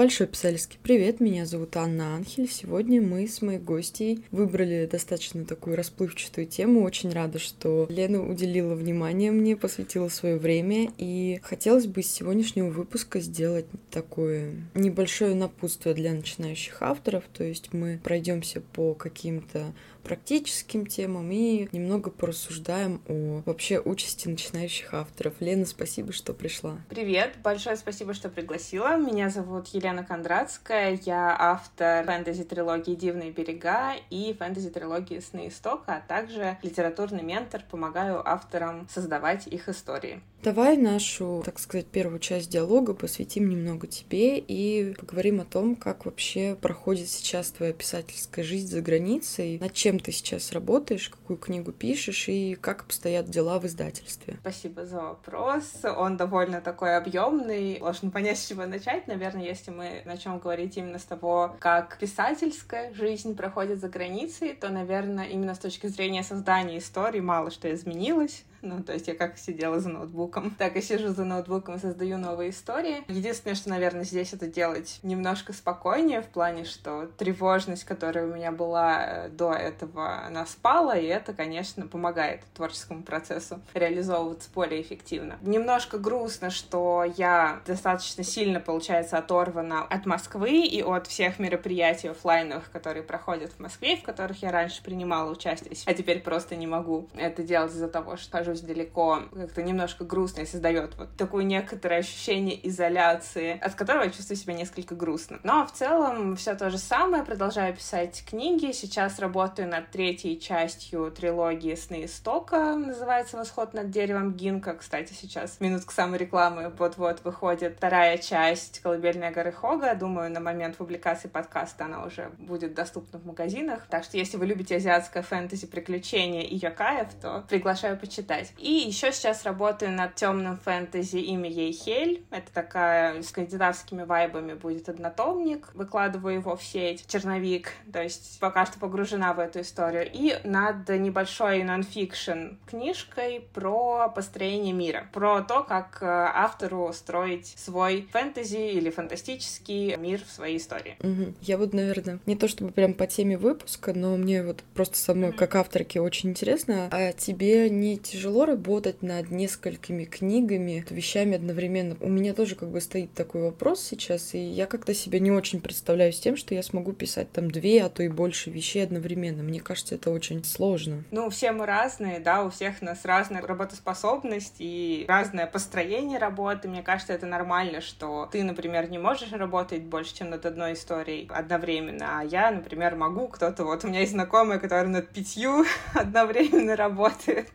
Большой писательский привет, меня зовут Анна Анхель. Сегодня мы с моей гостьей выбрали достаточно такую расплывчатую тему. Очень рада, что Лена уделила внимание мне, посвятила свое время. И хотелось бы из сегодняшнего выпуска сделать такое небольшое напутствие для начинающих авторов. То есть мы пройдемся по каким-то практическим темам и немного порассуждаем о вообще участи начинающих авторов. Лена, спасибо, что пришла. Привет, большое спасибо, что пригласила. Меня зовут Елена Кондратская, я автор фэнтези-трилогии «Дивные берега» и фэнтези-трилогии «Сны Истока», а также литературный ментор, помогаю авторам создавать их истории. Давай нашу, так сказать, первую часть диалога посвятим немного тебе и поговорим о том, как вообще проходит сейчас твоя писательская жизнь за границей, над чем ты сейчас работаешь, какую книгу пишешь и как обстоят дела в издательстве. Спасибо за вопрос. Он довольно такой объемный. Сложно понять, с чего начать. Наверное, если мы начнем говорить именно с того, как писательская жизнь проходит за границей, то, наверное, именно с точки зрения создания истории мало что изменилось. То есть я как сидела за ноутбуком, так и сижу за ноутбуком и создаю новые истории. Единственное, что, наверное, здесь это делать немножко спокойнее, в плане, что тревожность, которая у меня была до этого, она спала, и это, конечно, помогает творческому процессу реализовываться более эффективно. Немножко грустно, что я достаточно сильно, получается, оторвана от Москвы и от всех мероприятий офлайновых, которые проходят в Москве, в которых я раньше принимала участие, а теперь просто не могу это делать из-за того, что хожу далеко, как-то немножко грустно и создает вот такое некоторое ощущение изоляции, от которого я чувствую себя несколько грустно. Но в целом все то же самое, продолжаю писать книги, сейчас работаю над третьей частью трилогии «Сны Истока», называется «Восход над деревом Гинка». Кстати, сейчас минутка саморекламы, вот-вот выходит вторая часть «Колыбельная горы Хога». Думаю, на момент публикации подкаста она уже будет доступна в магазинах. Так что, если вы любите азиатское фэнтези, приключения и йокаев, то приглашаю почитать. И еще сейчас работаю над темным фэнтези «Имя ей Хель». Это такая с скандинавскими вайбами будет однотомник. Выкладываю его в сеть, черновик, то есть пока что погружена в эту историю. И над небольшой нон-фикшн книжкой про построение мира. Про то, как автору строить свой фэнтези или фантастический мир в своей истории. Я вот, наверное, не то чтобы прям по теме выпуска, но мне вот просто самой как авторке очень интересно. А тебе не тяжело работать над несколькими книгами, вещами одновременно? У меня тоже как бы стоит такой вопрос сейчас, и я как-то себя не очень представляю с тем, что я смогу писать там 2, а то и больше вещей одновременно. Мне кажется, это очень сложно. Все мы разные, да, у всех у нас разная работоспособность и разное построение работы. Мне кажется, это нормально, что ты, например, не можешь работать больше, чем над одной историей одновременно, а я, например, могу. Кто-то, вот у меня есть знакомая, которая над 5 одновременно работает.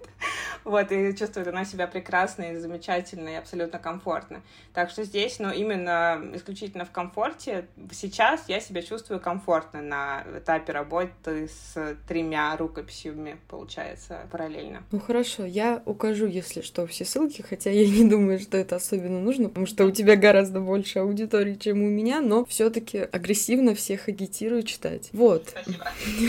И чувствует она себя прекрасно и замечательно, и абсолютно комфортно. Так что здесь, именно исключительно в комфорте. Сейчас я себя чувствую комфортно на этапе работы с 3 рукописями, получается, параллельно. Хорошо, я укажу, если что, все ссылки, хотя я не думаю, что это особенно нужно, потому что у тебя гораздо больше аудитории, чем у меня, но все-таки агрессивно всех агитирую читать. Спасибо.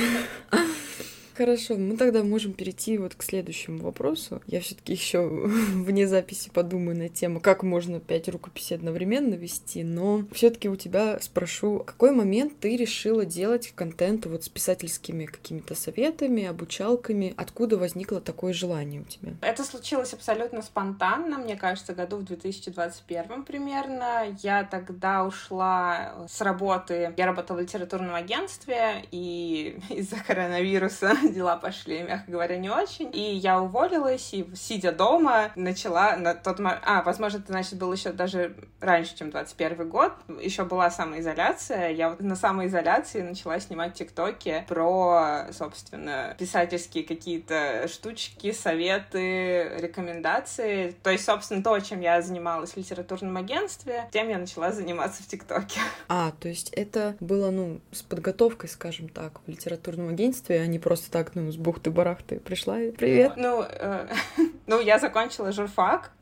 Хорошо, мы тогда можем перейти вот к следующему вопросу. Я все-таки еще вне записи подумаю на тему, как можно 5 рукописей одновременно вести, но все-таки у тебя спрошу, в какой момент ты решила делать контент вот с писательскими какими-то советами, обучалками? Откуда возникло такое желание у тебя? Это случилось абсолютно спонтанно, мне кажется, году в 2021 примерно. Я тогда ушла с работы. Я работала в литературном агентстве, и из-за коронавируса дела пошли, мягко говоря, не очень. И я уволилась, и, сидя дома, начала на тот момент... возможно, это, значит, было еще даже раньше, чем 21 год. Еще была самоизоляция. Я вот на самоизоляции начала снимать тиктоки про, собственно, писательские какие-то штучки, советы, рекомендации. То есть, собственно, то, чем я занималась в литературном агентстве, тем я начала заниматься в тиктоке. То есть это было, с подготовкой, скажем так, в литературном агентстве, а не просто так, с бухты-барахты пришла и привет. Я закончила журфак,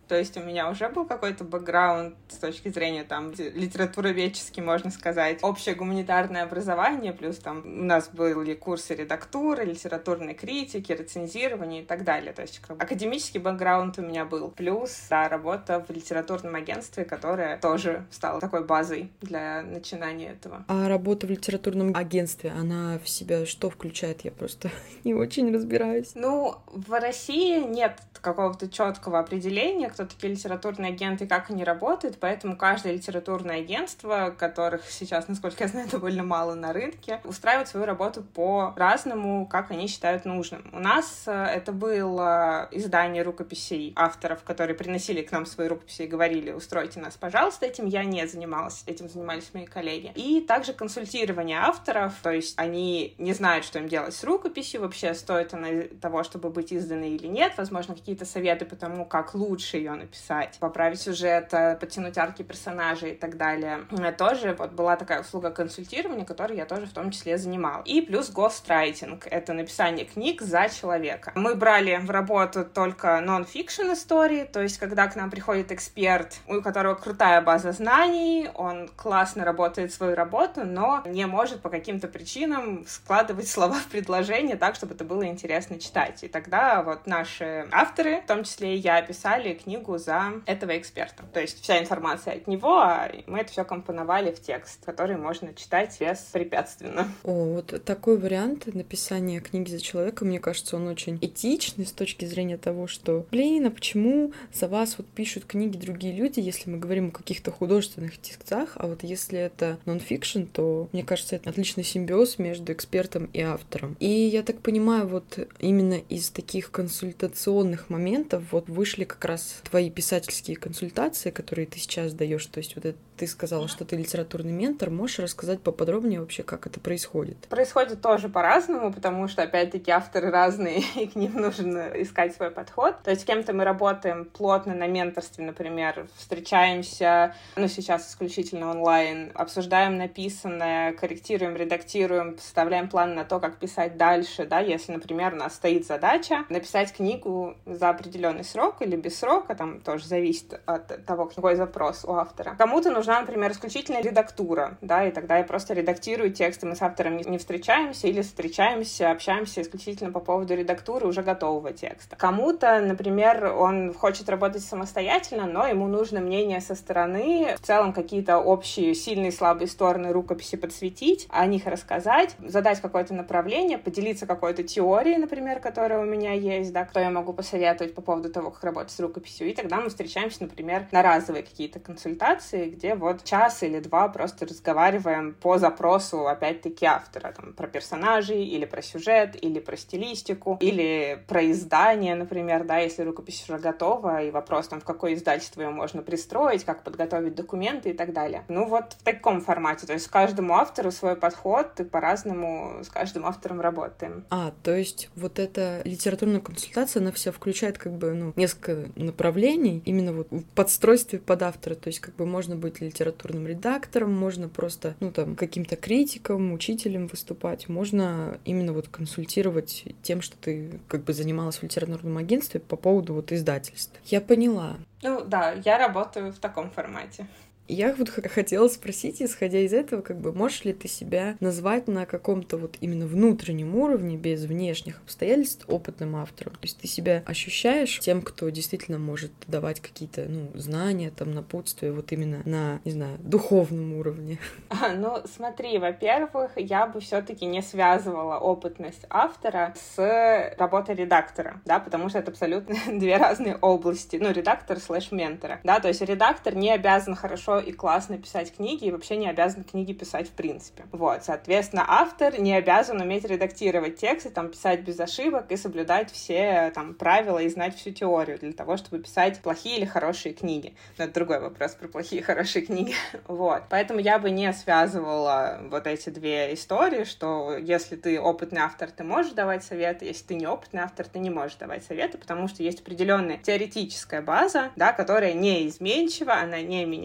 То есть у меня уже был какой-то бэкграунд с точки зрения там литературоведческий, можно сказать, общее гуманитарное образование, плюс там у нас были курсы редактуры, литературной критики, рецензирования и так далее. То есть академический бэкграунд у меня был. Плюс, да, работа в литературном агентстве, которая тоже стала такой базой для начинания этого. А работа в литературном агентстве, она в себя что включает? Я просто не очень разбираюсь. Ну, в России нет какого-то четкого определения, кто такие литературные агенты и как они работают, поэтому каждое литературное агентство, которых сейчас, насколько я знаю, довольно мало на рынке, устраивает свою работу по-разному, как они считают нужным. У нас это было издание рукописей авторов, которые приносили к нам свои рукописи и говорили: устройте нас, пожалуйста. Этим я не занималась, этим занимались мои коллеги. И также консультирование авторов, то есть они не знают, что им делать с рукописью, вообще стоит она того, чтобы быть изданной или нет, возможно, какие-то советы по тому, как лучше ее написать, поправить сюжет, подтянуть арки персонажей и так далее. Тоже вот была такая услуга консультирования, которой я тоже в том числе занимала. И плюс гострайтинг — это написание книг за человека. Мы брали в работу только нон-фикшн истории, то есть когда к нам приходит эксперт, у которого крутая база знаний, он классно работает свою работу, но не может по каким-то причинам складывать слова в предложение так, чтобы это было интересно читать. И тогда вот наши авторы, в том числе и я, писали книгу за этого эксперта. То есть вся информация от него, а мы это все компоновали в текст, который можно читать беспрепятственно. Вот такой вариант написания книги за человека, мне кажется, он очень этичный с точки зрения того, что, а почему за вас вот пишут книги другие люди, если мы говорим о каких-то художественных текстах, а вот если это нон-фикшн, то, мне кажется, это отличный симбиоз между экспертом и автором. И я так понимаю, вот именно из таких консультационных моментов вот вышли как раз твои писательские консультации, которые ты сейчас даешь. То есть вот это ты сказала, что ты литературный ментор. Можешь рассказать поподробнее вообще, как это происходит? Происходит тоже по-разному, потому что, опять-таки, авторы разные, и к ним нужно искать свой подход. То есть с кем-то мы работаем плотно на менторстве, например, встречаемся, сейчас исключительно онлайн, обсуждаем написанное, корректируем, редактируем, составляем план на то, как писать дальше, да, если, например, у нас стоит задача написать книгу за определенный срок или без срока, там тоже зависит от того, какой запрос у автора. Кому-то нужна, например, исключительно редактура, да, и тогда я просто редактирую тексты, мы с автором не встречаемся или встречаемся, общаемся исключительно по поводу редактуры уже готового текста. Кому-то, например, он хочет работать самостоятельно, но ему нужно мнение со стороны, в целом какие-то общие сильные и слабые стороны рукописи подсветить, о них рассказать, задать какое-то направление, поделиться какой-то теорией, например, которая у меня есть, да, кто я могу посоветовать по поводу того, как работать с рукописью. И тогда мы встречаемся, например, на разовые какие-то консультации, где вот час или два просто разговариваем по запросу, опять-таки, автора, там, про персонажей, или про сюжет, или про стилистику, или про издание, например, да, если рукопись уже готова, и вопрос, там, в какое издательство ее можно пристроить, как подготовить документы и так далее. Вот в таком формате, то есть каждому автору свой подход, и по-разному с каждым автором работаем. То есть вот эта литературная консультация, она вся включает несколько направлений, именно вот в подстройстве под автора, то есть можно быть литературным редактором, можно просто, каким-то критиком, учителем выступать, можно именно вот консультировать тем, что ты занималась в литературном агентстве по поводу издательств. Я поняла. Да, я работаю в таком формате. Я хотела спросить, исходя из этого, можешь ли ты себя назвать на каком-то именно внутреннем уровне, без внешних обстоятельств, опытным автором? То есть ты себя ощущаешь тем, кто действительно может давать какие-то, знания, напутствия, именно на, не знаю, духовном уровне? Смотри, во-первых, я бы все-таки не связывала опытность автора с работой редактора, да, потому что это абсолютно две разные области, редактор / ментора, да, то есть редактор не обязан хорошо и классно писать книги и вообще не обязан книги писать в принципе. Соответственно, автор не обязан уметь редактировать тексты, писать без ошибок и соблюдать все правила и знать всю теорию для того, чтобы писать плохие или хорошие книги. Но это другой вопрос про плохие и хорошие книги. Поэтому я бы не связывала эти две истории, что если ты опытный автор, ты можешь давать советы, если ты не опытный автор, ты не можешь давать советы, потому что есть определенная теоретическая база, да, которая неизменчива, она не меняется,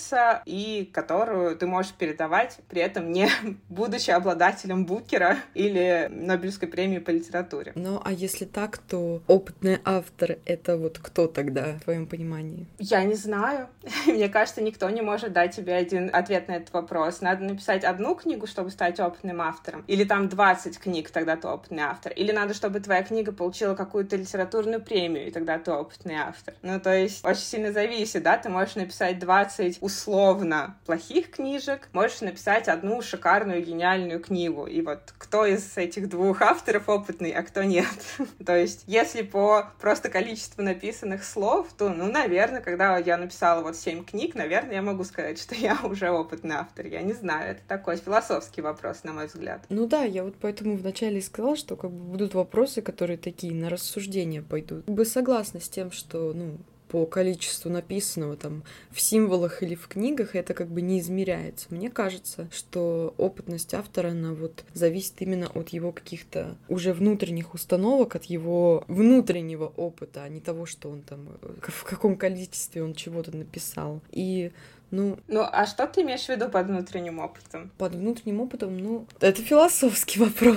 нравится и которую ты можешь передавать, при этом не будучи обладателем Букера или Нобелевской премии по литературе. Ну, а если так, то опытный автор — это вот кто тогда, в твоем понимании? Я не знаю. Мне кажется, никто не может дать тебе один ответ на этот вопрос. Надо написать одну книгу, чтобы стать опытным автором. Или там 20 книг, тогда ты опытный автор. Или надо, чтобы твоя книга получила какую-то литературную премию, и тогда ты опытный автор. Ну, то есть, очень сильно зависит, да? Ты можешь написать 20 условно плохих книжек, можешь написать одну шикарную, гениальную книгу. И вот кто из этих двух авторов опытный, а кто нет? То есть, если по просто количеству написанных слов, то, ну, наверное, когда я написала вот 7 книг, наверное, я могу сказать, что я уже опытный автор. Я не знаю, это такой философский вопрос, на мой взгляд. Ну да, я вот поэтому вначале и сказала, что как бы будут вопросы, которые такие на рассуждение пойдут. Как бы согласна с тем, что, ну, по количеству написанного там в символах или в книгах это как бы не измеряется. Мне кажется, что опытность автора, она вот зависит именно от его каких-то уже внутренних установок, от его внутреннего опыта, а не того, что он там, в каком количестве он чего-то написал. И ну, а что ты имеешь в виду под внутренним опытом? Под внутренним опытом, ну, это философский вопрос.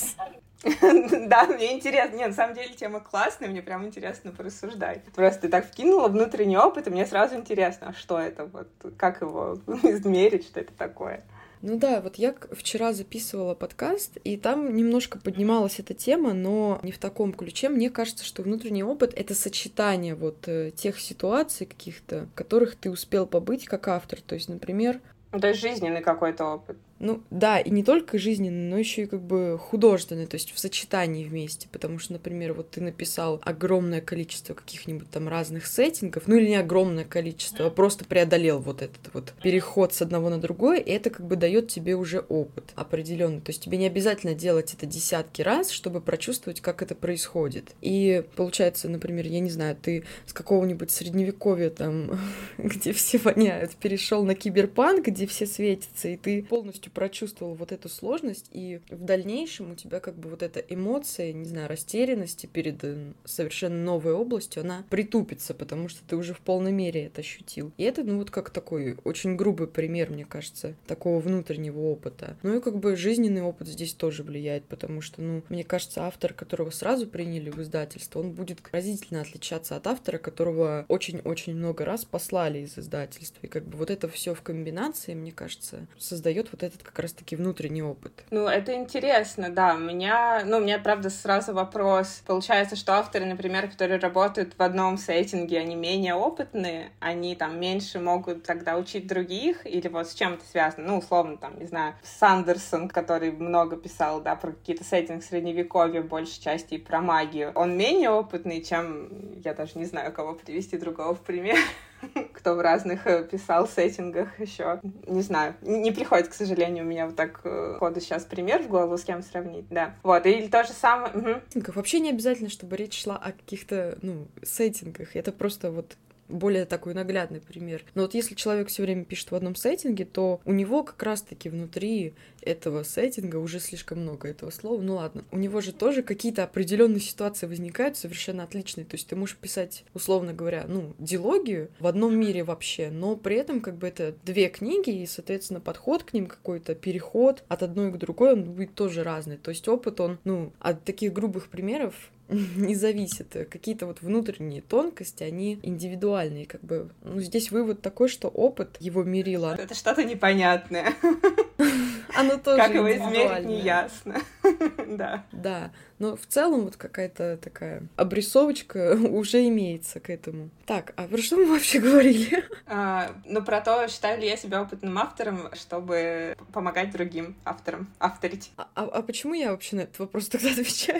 Да, мне интересно. Нет, на самом деле тема классная, мне прям интересно порассуждать. Просто ты так вкинула внутренний опыт, и мне сразу интересно, а что это, вот, как его измерить, что это такое? Ну да, вот я вчера записывала подкаст, и там немножко поднималась эта тема, но не в таком ключе. Мне кажется, что внутренний опыт — это сочетание вот тех ситуаций каких-то, в которых ты успел побыть как автор. То есть, например... То есть жизненный какой-то опыт. Ну да, и не только жизненный, но еще и как бы художественный, то есть в сочетании вместе, потому что, например, вот ты написал огромное количество каких-нибудь там разных сеттингов, ну или не огромное количество, а просто преодолел вот этот вот переход с одного на другое, и это как бы дает тебе уже опыт определенный, то есть тебе не обязательно делать это десятки раз, чтобы прочувствовать, как это происходит. И получается, например, я не знаю, ты с какого-нибудь средневековья там, где все воняют, перешел на киберпанк, где все светятся, и ты полностью прочувствовал вот эту сложность, и в дальнейшем у тебя как бы вот эта эмоция, не знаю, растерянности перед совершенно новой областью, она притупится, потому что ты уже в полной мере это ощутил. И это, ну, вот как такой очень грубый пример, мне кажется, такого внутреннего опыта. Ну и как бы жизненный опыт здесь тоже влияет, потому что, ну, мне кажется, автор, которого сразу приняли в издательство, он будет разительно отличаться от автора, которого очень-очень много раз послали из издательства. И как бы вот это все в комбинации, мне кажется, создает вот этот как раз-таки внутренний опыт. Ну, это интересно, да. У меня, правда, сразу вопрос. Получается, что авторы, например, которые работают в одном сеттинге, они менее опытные, они там меньше могут тогда учить других, или вот с чем это связано? Ну, условно, там, не знаю, Сандерсон, который много писал, да, про какие-то сеттинги средневековья, большей части и про магию. Он менее опытный, чем, я даже не знаю, кого привести другого в пример. Кто в разных писал сеттингах еще. Не знаю. Не приходит, к сожалению, у меня вот так ходу сейчас пример в голову, с кем сравнить, да. Вот, или то же самое... Угу. Вообще не обязательно, чтобы речь шла о каких-то, ну, сеттингах. Это просто вот более такой наглядный пример. Но вот если человек все время пишет в одном сеттинге, то у него как раз-таки внутри этого сеттинга уже слишком много этого слова. Ну ладно, у него же тоже какие-то определенные ситуации возникают совершенно отличные. То есть ты можешь писать, условно говоря, ну, дилогию в одном мире вообще, но при этом как бы это две книги, и, соответственно, подход к ним какой-то, переход от одной к другой, он будет тоже разный. То есть опыт, он, ну, от таких грубых примеров не зависит. Какие-то вот внутренние тонкости, они индивидуальные, как бы. Ну, здесь вывод такой, что опыт его мерила. Это что-то непонятное. Оно тоже как его измерить, не ясно. Да. Да. Но в целом вот какая-то такая обрисовочка уже имеется к этому. Так, а про что мы вообще говорили? Ну, про то, считаю ли я себя опытным автором, чтобы помогать другим авторам авторить. А почему я вообще на этот вопрос тогда отвечаю?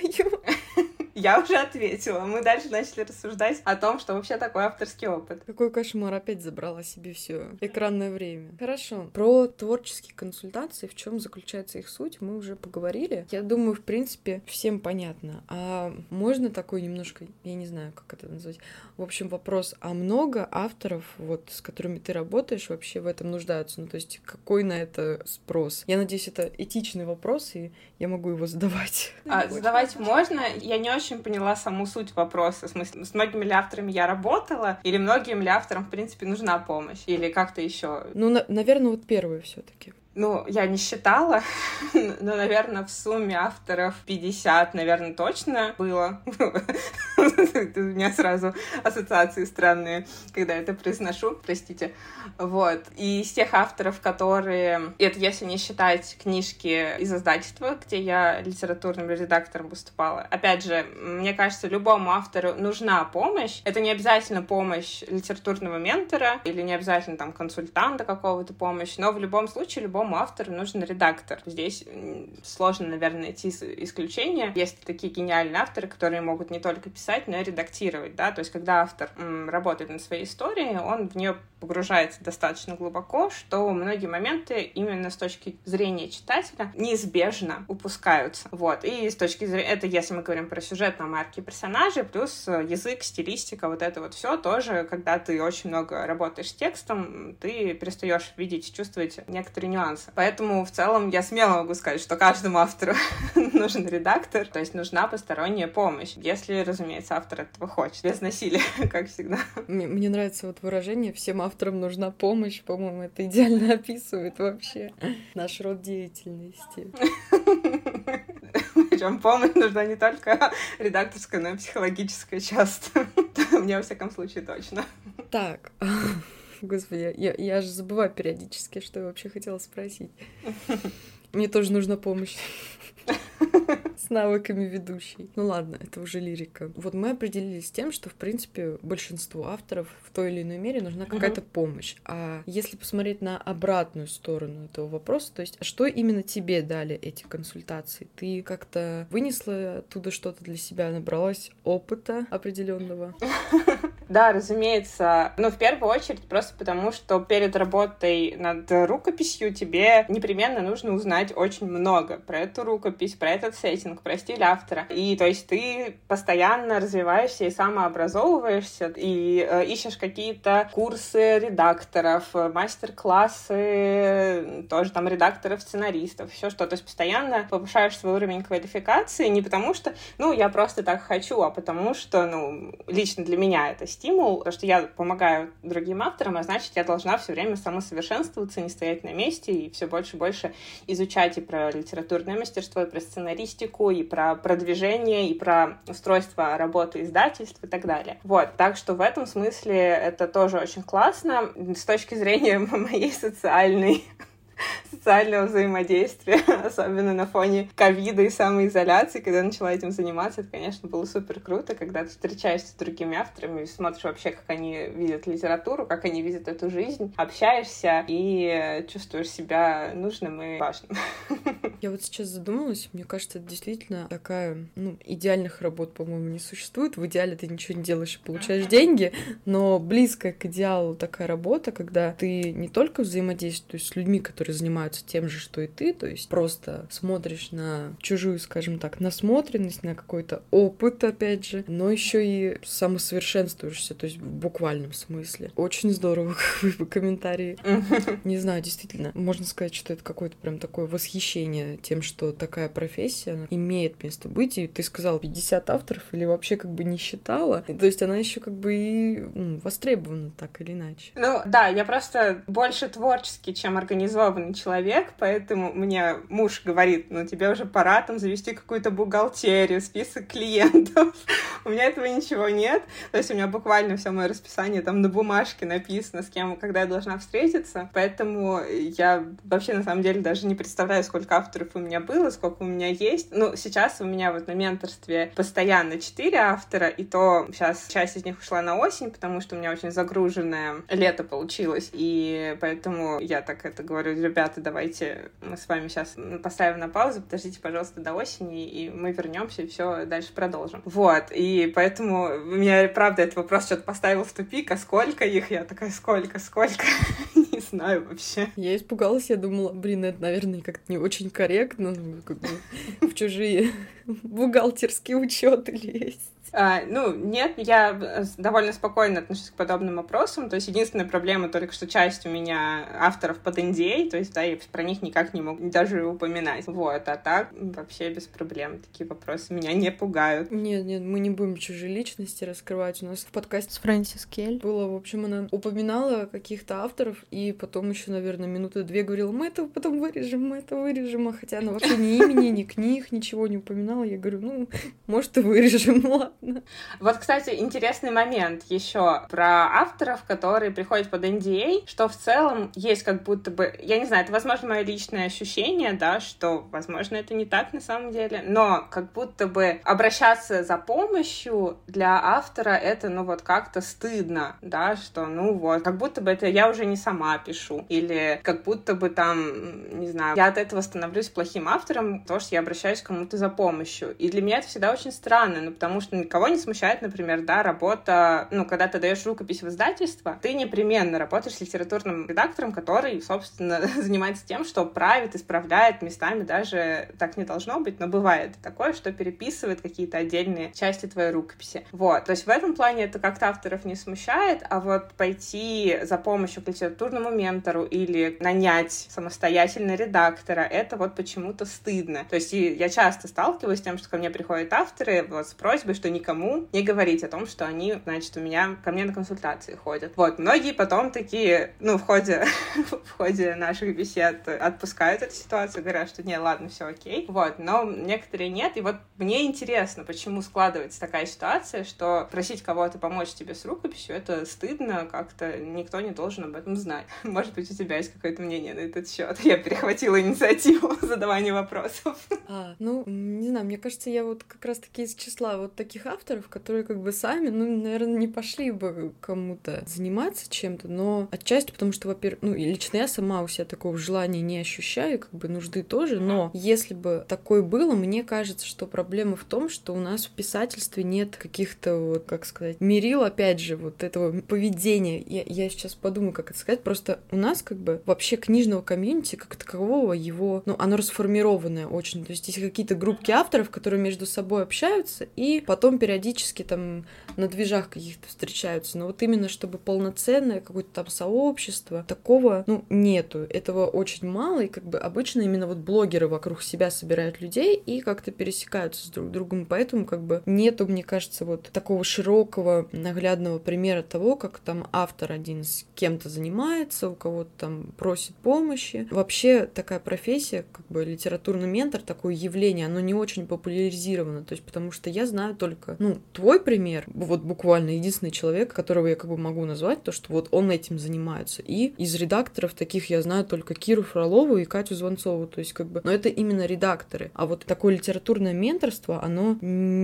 Я уже ответила. Мы дальше начали рассуждать о том, что вообще такой авторский опыт. Какой кошмар, опять забрала себе все экранное время. Хорошо. Про творческие консультации, в чем заключается их суть, мы уже поговорили. Я думаю, в принципе, всем понятно. А можно такой немножко, я не знаю, как это назвать. В общем, вопрос, а много авторов, вот, с которыми ты работаешь, вообще в этом нуждаются? Ну, то есть, какой на это спрос? Я надеюсь, это этичный вопрос, и я могу его задавать. Задавать можно. Я не очень очень поняла саму суть вопроса. В смысле, с многими ли авторами я работала, или многим ли авторам, в принципе, нужна помощь, или как-то еще. Ну, наверное, вот первое все-таки. Ну, я не считала, но, наверное, в сумме авторов 50, наверное, точно было. У меня сразу ассоциации странные, когда это произношу, простите. Вот. И из тех авторов, которые... Это если не считать книжки из издательства, где я литературным редактором выступала. Опять же, мне кажется, любому автору нужна помощь. Это не обязательно помощь литературного ментора или не обязательно там консультанта какого-то помощи, но в любом случае любому автору нужен редактор. Здесь сложно, наверное, найти исключения. Есть такие гениальные авторы, которые могут не только писать, но и редактировать, да, то есть когда автор работает над своей историей, он в нее погружается достаточно глубоко, что многие моменты именно с точки зрения читателя неизбежно упускаются. Вот. И с точки зрения... Это если мы говорим про сюжет, там, арки персонажей, плюс язык, стилистика, вот это вот все тоже, когда ты очень много работаешь с текстом, ты перестаешь видеть и чувствовать некоторые нюансы. Поэтому в целом я смело могу сказать, что каждому автору нужен редактор, то есть нужна посторонняя помощь, если, разумеется, автор этого хочет, без насилия, как всегда. Мне нравится вот выражение «всем авторам нужна помощь», по-моему, это идеально описывает вообще наш род деятельности. Причем помощь нужна не только редакторская, но и психологическая часто. Мне, во всяком случае, точно. Так, господи, я же забываю периодически, что я вообще хотела спросить. Мне тоже нужна помощь с навыками ведущей. Ну ладно, это уже лирика. Вот мы определились с тем, что, в принципе, большинству авторов в той или иной мере нужна какая-то помощь. А если посмотреть на обратную сторону этого вопроса, то есть, что именно тебе дали эти консультации? Ты как-то вынесла оттуда что-то для себя, набралась опыта определенного? Да, разумеется. Но в первую очередь просто потому, что перед работой над рукописью тебе непременно нужно узнать очень много про эту рукопись, про этот сеттинг, про стиль автора. И то есть ты постоянно развиваешься и самообразовываешься, и ищешь какие-то курсы редакторов, мастер-классы, тоже там редакторов-сценаристов, все что. То есть постоянно повышаешь свой уровень квалификации не потому что, я просто так хочу, а потому что, лично для меня это стимул, потому что я помогаю другим авторам, а значит, я должна все время самосовершенствоваться, не стоять на месте и все больше и больше изучать и про литературное мастерство, и про сценаристику, и про продвижение, и про устройство работы издательств и так далее. Вот, так что в этом смысле это тоже очень классно с точки зрения моей социального взаимодействия, особенно на фоне ковида и самоизоляции, когда я начала этим заниматься, это, конечно, было супер круто, когда ты встречаешься с другими авторами, смотришь вообще, как они видят литературу, как они видят эту жизнь, общаешься и чувствуешь себя нужным и важным. Я вот сейчас задумалась, мне кажется, это действительно такая, идеальных работ, по-моему, не существует. В идеале ты ничего не делаешь и получаешь деньги, но близкая к идеалу такая работа, когда ты не только взаимодействуешь с людьми, которые занимаются тем же, что и ты, то есть просто смотришь на чужую, скажем так, насмотренность, на какой-то опыт, опять же, но еще и самосовершенствуешься, то есть в буквальном смысле. Очень здорово, как вы комментарии. Не знаю, действительно, можно сказать, что это какое-то прям такое восхищение тем, что такая профессия она имеет место быть, и ты сказала 50 авторов или вообще как бы не считала, то есть она еще как бы и востребована так или иначе. Да, я просто больше творческий, чем организованный человек, поэтому мне муж говорит, тебе уже пора там завести какую-то бухгалтерию, список клиентов. У меня этого ничего нет, то есть у меня буквально все мое расписание там на бумажке написано, с кем, когда я должна встретиться, поэтому я вообще на самом деле даже не представляю, сколько авторов у меня было, сколько у меня есть. Сейчас у меня вот на менторстве постоянно 4 автора, и то сейчас часть из них ушла на осень, потому что у меня очень загруженное лето получилось, и поэтому я так это говорю, ребята, давайте мы с вами сейчас поставим на паузу, подождите, пожалуйста, до осени, и мы вернемся и все дальше продолжим. Вот, и поэтому меня, правда, этот вопрос что-то поставил в тупик, а сколько их? Я такая, сколько? Не знаю вообще. Я испугалась, я думала, это, наверное, как-то не очень корректно, как бы в чужие бухгалтерские учеты лезть. Нет, я довольно спокойно отношусь к подобным вопросам. То есть единственная проблема только, что часть у меня авторов под NDA, то есть, да, я про них никак не могу даже упоминать. Вот, а так вообще без проблем. Такие вопросы меня не пугают. Нет, мы не будем чужие личности раскрывать. У нас в подкасте с Фрэнсис Кель было, в общем, она упоминала каких-то авторов, и потом еще, наверное, минуты 2 говорила, мы это потом вырежем, а хотя она вообще ни имени, ни книг, ничего не упоминала. Я говорю, может, и вырежем, ладно. Вот, кстати, интересный момент еще про авторов, которые приходят под NDA, что в целом есть как будто бы, я не знаю, это, возможно, мое личное ощущение, да, что, возможно, это не так на самом деле, но как будто бы обращаться за помощью для автора это, как-то стыдно, да, что, как будто бы это я уже не сама пишу, или как будто бы там, не знаю, я от этого становлюсь плохим автором, потому что я обращаюсь к кому-то за помощью. И для меня это всегда очень странно, потому что никого не смущает, например, да, работа, когда ты даешь рукопись в издательство, ты непременно работаешь с литературным редактором, который, собственно, занимается тем, что правит, исправляет местами, даже так не должно быть, но бывает такое, что переписывает какие-то отдельные части твоей рукописи. Вот, то есть в этом плане это как-то авторов не смущает, а вот пойти за помощью к литературному ментору или нанять самостоятельно редактора, это вот почему-то стыдно. То есть я часто сталкиваюсь с тем, что ко мне приходят авторы вот с просьбой, что никому не говорить о том, что они, значит, ко мне на консультации ходят. Вот, многие потом такие, в ходе наших бесед отпускают эту ситуацию, говорят, что не, ладно, все окей. Вот, но некоторые нет. И вот мне интересно, почему складывается такая ситуация, что просить кого-то помочь тебе с рукописью, это стыдно, как-то никто не должен об этом знать. Может быть, у тебя есть какое-то мнение на этот счет? Я перехватила инициативу задавания вопросов. Не знаю, мне кажется, я вот как раз-таки из числа вот таких авторов, которые как бы сами, наверное, не пошли бы кому-то заниматься чем-то, но отчасти потому что, во-первых, лично я сама у себя такого желания не ощущаю, как бы нужды тоже, но если бы такое было, мне кажется, что проблема в том, что у нас в писательстве нет каких-то, вот, как сказать, мерил, опять же, вот этого поведения. Я сейчас подумаю, как это сказать, просто у нас как бы вообще книжного комьюнити как такового его, оно расформированное очень, то есть есть какие-то группки авторов, которые между собой общаются и потом периодически там на движах каких-то встречаются, но вот именно чтобы полноценное какое-то там сообщество, такого, нету, этого очень мало, и как бы обычно именно вот блогеры вокруг себя собирают людей и как-то пересекаются с друг другом, поэтому как бы нету, мне кажется, вот такого широкого наглядного примера того, как там автор один с кем-то занимается, у кого-то там просит помощи. Вообще такая профессия, как бы литературный ментор, такое явление, оно не очень популяризировано, то есть потому что я знаю только, твой пример, вот буквально единственный человек, которого я как бы могу назвать, то, что вот он этим занимается, и из редакторов таких я знаю только Киру Фролову и Катю Звонцову, то есть как бы, но это именно редакторы, а вот такое литературное менторство, оно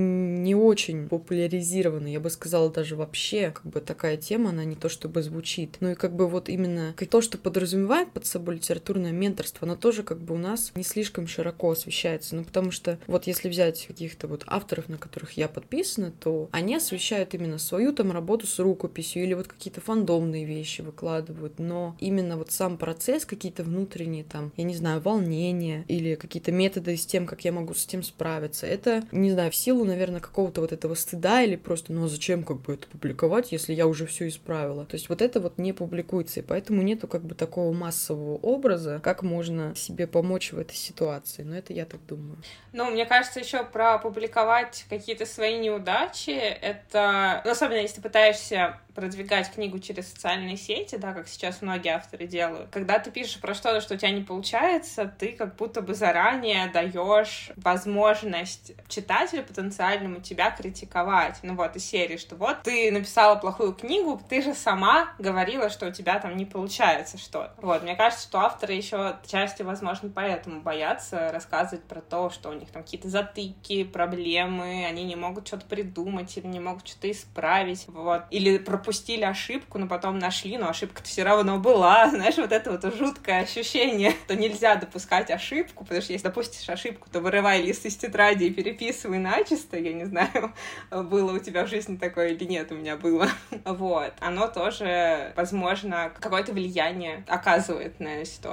не очень популяризировано, я бы сказала, даже вообще, как бы такая тема, она не то чтобы звучит, и как бы вот именно то, что подразумевает под собой литературное менторство, оно тоже как бы у нас не слишком широко освещается, потому что вот если взять каких-то вот авторов, на которых я подписана, то они освещают именно свою там работу с рукописью или вот какие-то фандомные вещи выкладывают, но именно вот сам процесс, какие-то внутренние там, я не знаю, волнения или какие-то методы с тем, как я могу с этим справиться, это, не знаю, в силу, наверное, какого-то вот этого стыда или просто, а зачем как бы это публиковать, если я уже все исправила, то есть вот это вот не публикуется, и поэтому нету как бы такого массового образа, как можно себе помочь в этой ситуации, но это я так думаю. Мне кажется, еще про публиковать какие-то свои неудачи, это, особенно если ты пытаешься продвигать книгу через социальные сети, да, как сейчас многие авторы делают. Когда ты пишешь про что-то, что у тебя не получается, ты как будто бы заранее даешь возможность читателю потенциальному тебя критиковать. Из серии, что вот ты написала плохую книгу, ты же сама говорила, что у тебя там не получается что-то. Мне кажется, что авторы еще отчасти, возможно, поэтому боятся рассказывать про то, что у них там какие-то затыки, проблемы, они не могут что-то придумать или не могут что-то исправить, или пропустили ошибку, но потом нашли, но ошибка-то все равно была. Знаешь, вот это вот жуткое ощущение, что нельзя допускать ошибку, потому что если допустишь ошибку, то вырывай лист из тетради и переписывай начисто. Я не знаю, было у тебя в жизни такое или нет, у меня было. Оно тоже, возможно, какое-то влияние оказывает на ситуацию.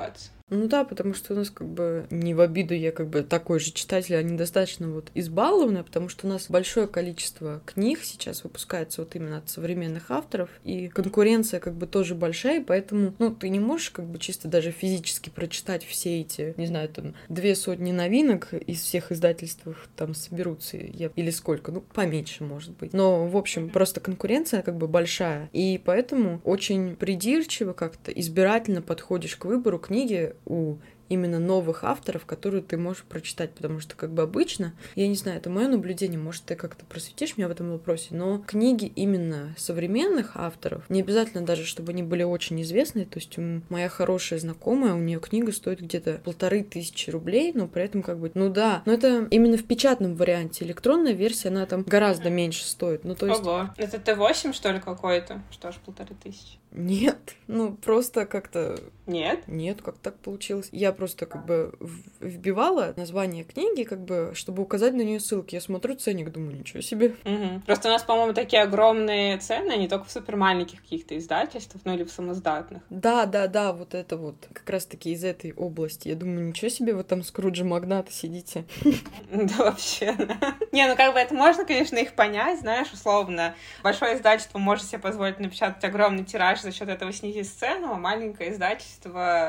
Ну да, потому что у нас как бы не в обиду, я как бы такой же читатель, они достаточно вот избалованы, потому что у нас большое количество книг сейчас выпускается вот именно от современных авторов, и конкуренция как бы тоже большая, поэтому, ну, ты не можешь как бы чисто даже физически прочитать все эти, не знаю, там, 200 новинок из всех издательств там соберутся, или сколько, ну, поменьше, может быть. Но, в общем, просто конкуренция как бы большая, и поэтому очень придирчиво как-то, избирательно подходишь к выбору книги у именно новых авторов, которые ты можешь прочитать, потому что как бы обычно, я не знаю, это мое наблюдение, может, ты как-то просветишь меня в этом вопросе, но книги именно современных авторов, не обязательно даже, чтобы они были очень известные, то есть моя хорошая знакомая, у нее книга стоит где-то 1500 рублей, но при этом как бы, ну да, но это именно в печатном варианте, электронная версия, она там гораздо меньше стоит, ну то есть... Ого, это Т8, что ли, какой-то? Что ж, 1500? Нет, ну просто как-то... Нет? Нет, как так получилось. Я просто как бы вбивала название книги, как бы, чтобы указать на нее ссылки. Я смотрю ценник, думаю, ничего себе. Угу. Просто у нас, по-моему, такие огромные цены, не только в супермаленьких каких-то издательствах, но или в самоздатных. Да, вот это вот. Как раз-таки из этой области. Я думаю, ничего себе, вы там Скруджи Магната сидите. Да, вообще, да. Не, ну как бы это можно, конечно, их понять, знаешь, условно. Большое издательство может себе позволить напечатать огромный тираж, за счет этого снизить цену, а маленькое издательство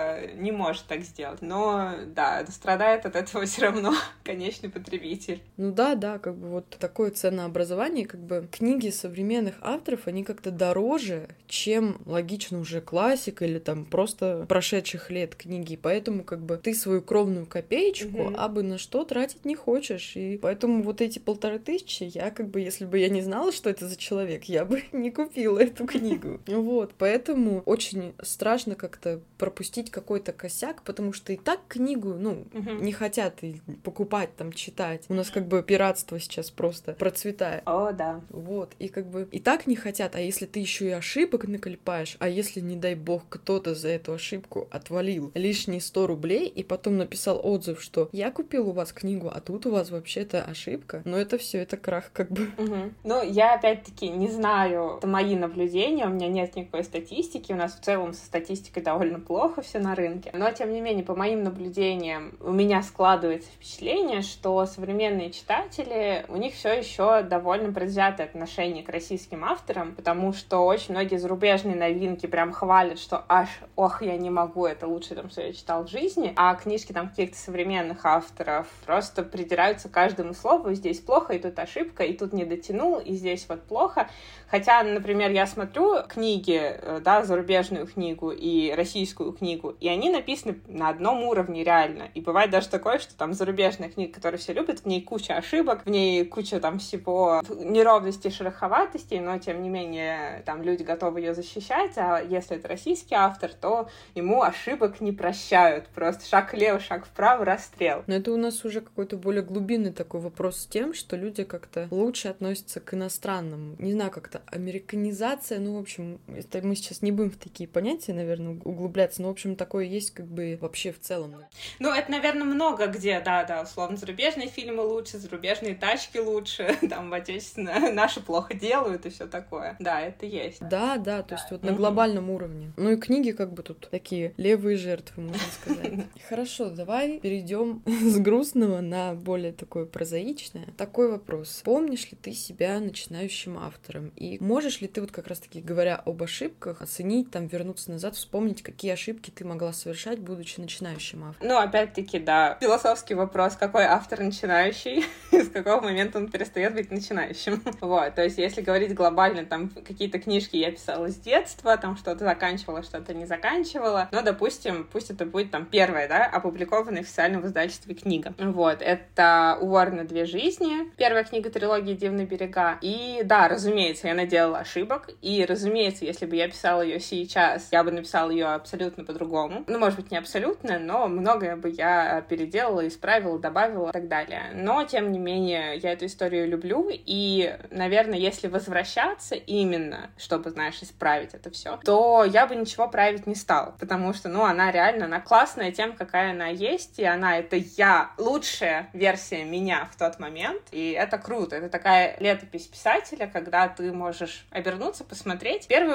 не может так сделать. Но, да, страдает от этого все равно конечный потребитель. Ну да, как бы вот такое ценообразование, как бы книги современных авторов, они как-то дороже, чем логично уже классика или там просто прошедших лет книги. Поэтому как бы ты свою кровную копеечку абы на что тратить не хочешь. И поэтому вот эти 1500, я как бы, если бы я не знала, что это за человек, я бы не купила эту книгу. Вот, поэтому очень страшно как-то пропустить какой-то косяк, потому что и так книгу, ну, не хотят и покупать, там, читать. У нас как бы пиратство сейчас просто процветает. О, да. Вот, и как бы и так не хотят, а если ты еще и ошибок наклепаешь, а если, не дай бог, кто-то за эту ошибку отвалил лишние 100 рублей и потом написал отзыв, что я купил у вас книгу, а тут у вас вообще-то ошибка, но это все это крах как бы. Ну, я опять-таки не знаю, это мои наблюдения, у меня нет никакой статистики, у нас в целом со статистикой довольно плохо все на рынке, но тем не менее, по моим наблюдениям, у меня складывается впечатление, что современные читатели, у них все еще довольно предвзятое отношение к российским авторам, потому что очень многие зарубежные новинки прям хвалят, что аж, ох, я не могу, это лучшее, там, что я читал в жизни, а книжки там каких-то современных авторов просто придираются к каждому слову, здесь плохо, и тут ошибка, и тут не дотянул, и здесь вот плохо. Хотя, например, я смотрю книги, да, зарубежную книгу и российскую книгу, и они написаны на одном уровне реально. И бывает даже такое, что там зарубежная книга, которую все любят, в ней куча ошибок, в ней куча там всего неровностей, шероховатостей, но тем не менее там люди готовы ее защищать, а если это российский автор, то ему ошибок не прощают. Просто шаг влево, шаг вправо, расстрел. Но это у нас уже какой-то более глубинный такой вопрос с тем, что люди как-то лучше относятся к иностранному. Не знаю, как-то американизация, ну, в общем, это мы сейчас не будем в такие понятия, наверное, углубляться, но, в общем, такое есть как бы вообще в целом. Ну, это, наверное, много где, да, условно, зарубежные фильмы лучше, зарубежные тачки лучше, там, отечественно, наши плохо делают и все такое. Да, это есть. Да, то есть вот на глобальном уровне. Ну и книги как бы тут такие левые жертвы, можно сказать. Хорошо, давай перейдем с грустного на более такое прозаичное. Такой вопрос. Помнишь ли ты себя начинающим автором? И можешь ли ты, вот как раз-таки говоря об ошибках, оценить, там, вернуться назад, вспомнить, какие ошибки ты могла совершать, будучи начинающим автором? Ну, опять-таки, да. Философский вопрос, какой автор начинающий, с какого момента он перестает быть начинающим. Вот, то есть, если говорить глобально, там, какие-то книжки я писала с детства, там, что-то заканчивала, что-то не заканчивала, но, допустим, пусть это будет, там, первая, да, опубликованная в официальном издательстве книга. Вот, это «У Уоррена две жизни», первая книга трилогии «Дивные берега». И, да, разумеется, я наделала ошибок, и, разумеется, если бы я писала ее сейчас, я бы написала ее абсолютно по-другому. Ну, может быть, не абсолютно, но многое бы я переделала, исправила, добавила и так далее. Но, тем не менее, я эту историю люблю, и, наверное, если возвращаться именно, чтобы, знаешь, исправить это все, то я бы ничего править не стала, потому что, ну, она реально, она классная тем, какая она есть, и она — это я, лучшая версия меня в тот момент, и это круто. Это такая летопись писателя, когда ты можешь обернуться, посмотреть первую, вторую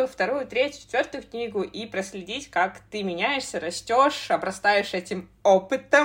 вторую, третью, четвертую книгу и проследить, как ты меняешься, растешь, обрастаешь этим опытом,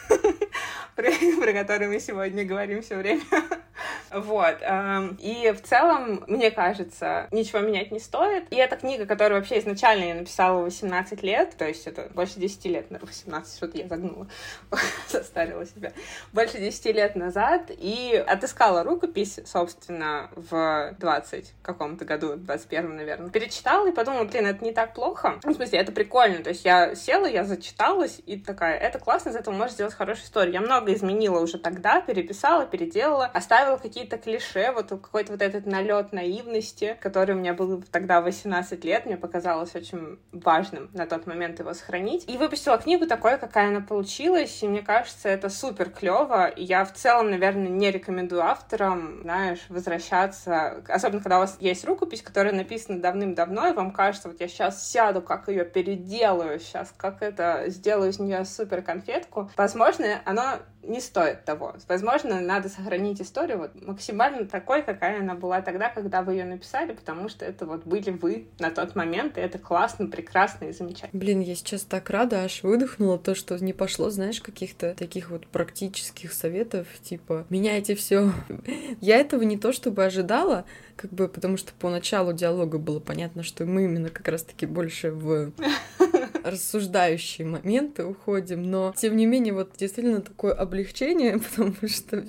про который мы сегодня говорим все время. Вот. И в целом, мне кажется, ничего менять не стоит. И эта книга, которую вообще изначально я написала в 18 лет, то есть это больше 10 лет, 18, что-то я загнула, состарила себя, больше 10 лет назад, и отыскала рукопись, собственно, в 20 каком-то году, 21-м, наверное. Перечитала и подумала, это не так плохо. В смысле, это прикольно. То есть я села, я зачиталась, и такая, это классно, из этого можно сделать хорошую историю. Я много изменила уже тогда, переписала, переделала, оставила какие-то клише, вот какой-то вот этот налет наивности, который у меня был тогда в 18 лет, мне показалось очень важным на тот момент его сохранить. И выпустила книгу такой, какая она получилась, и мне кажется, это супер клево. И я в целом, наверное, не рекомендую авторам, знаешь, возвращаться, особенно когда у вас есть рукопись, которая написана давным-давно, и вам кажется, вот я сейчас сяду, как ее переделаю, сейчас как это сделаю из нее супер конфетку. Возможно, оно не стоит того. Возможно, надо сохранить историю вот максимально такой, какая она была тогда, когда вы ее написали, потому что это вот были вы на тот момент, и это классно, прекрасно и замечательно. Блин, я сейчас так рада, аж выдохнула то, что не пошло, знаешь, каких-то таких вот практических советов, типа, меняйте все. Я этого не то чтобы ожидала, как бы, потому что по началу диалога было понятно, что мы именно как раз-таки больше в рассуждающие моменты уходим, но, тем не менее, вот действительно такое облегчение, потому что,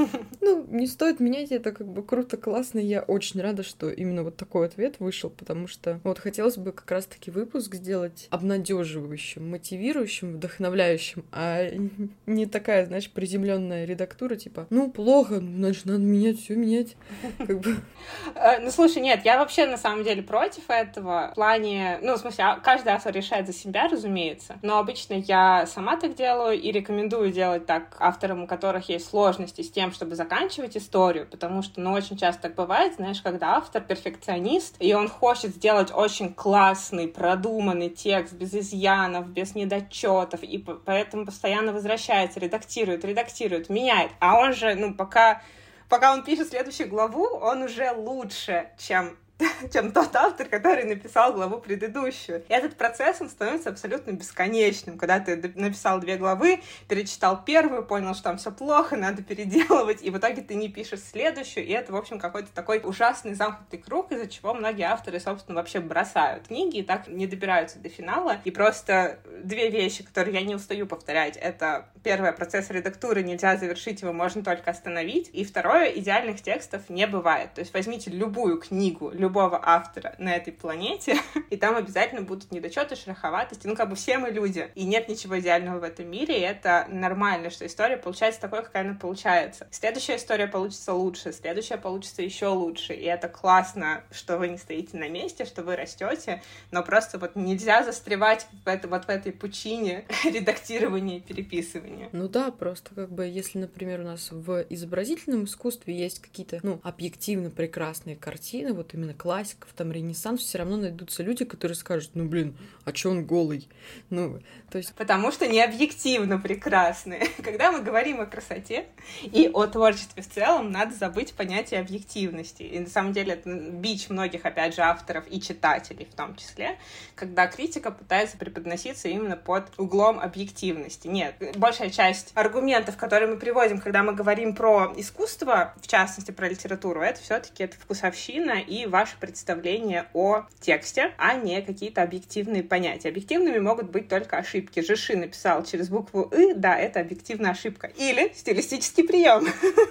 не стоит менять, это как бы круто, классно, и я очень рада, что именно вот такой ответ вышел, потому что вот хотелось бы как раз-таки выпуск сделать обнадеживающим, мотивирующим, вдохновляющим, а не такая, знаешь, приземленная редактура, типа, плохо, значит, надо менять, все менять, как бы. Слушай, нет, я вообще на самом деле против этого, в плане, в смысле, каждый автор решает за себя, разумеется, но обычно я сама так делаю и рекомендую делать так авторам, у которых есть сложности с тем, чтобы заканчивать историю, потому что, очень часто так бывает, знаешь, когда автор перфекционист, и он хочет сделать очень классный, продуманный текст, без изъянов, без недочетов, и поэтому постоянно возвращается, редактирует, меняет, а он же, пока он пишет следующую главу, он уже лучше, чем тот автор, который написал главу предыдущую. И этот процесс, он становится абсолютно бесконечным. Когда ты написал 2 главы, перечитал первую, понял, что там все плохо, надо переделывать, и в итоге ты не пишешь следующую, и это, в общем, какой-то такой ужасный замкнутый круг, из-за чего многие авторы, собственно, вообще бросают книги и так не добираются до финала. И просто 2 вещи, которые я не устаю повторять, это первое, процесс редактуры, нельзя завершить его, можно только остановить, и второе, идеальных текстов не бывает. То есть возьмите любую книгу, любого автора на этой планете, и там обязательно будут недочеты, шероховатости. Все мы люди, и нет ничего идеального в этом мире, и это нормально, что история получается такой, какая она получается. Следующая история получится лучше, следующая получится еще лучше, и это классно, что вы не стоите на месте, что вы растете, но просто нельзя застревать в этой пучине редактирования и переписывания. Просто если, например, у нас в изобразительном искусстве есть какие-то, объективно прекрасные картины, вот именно классиков, там, Ренессанс, все равно найдутся люди, которые скажут, а чё он голый? То есть... Потому что не объективно прекрасные. Когда мы говорим о красоте и о творчестве в целом, надо забыть понятие объективности. И на самом деле это бич многих, опять же, авторов и читателей в том числе, когда критика пытается преподноситься именно под углом объективности. Нет, большая часть аргументов, которые мы приводим, когда мы говорим про искусство, в частности, про литературу, это все-таки вкусовщина и ваше представление о тексте, а не какие-то объективные понятия. Объективными могут быть только ошибки. Жиши написал через букву «ы», да, это объективная ошибка. Или стилистический прием.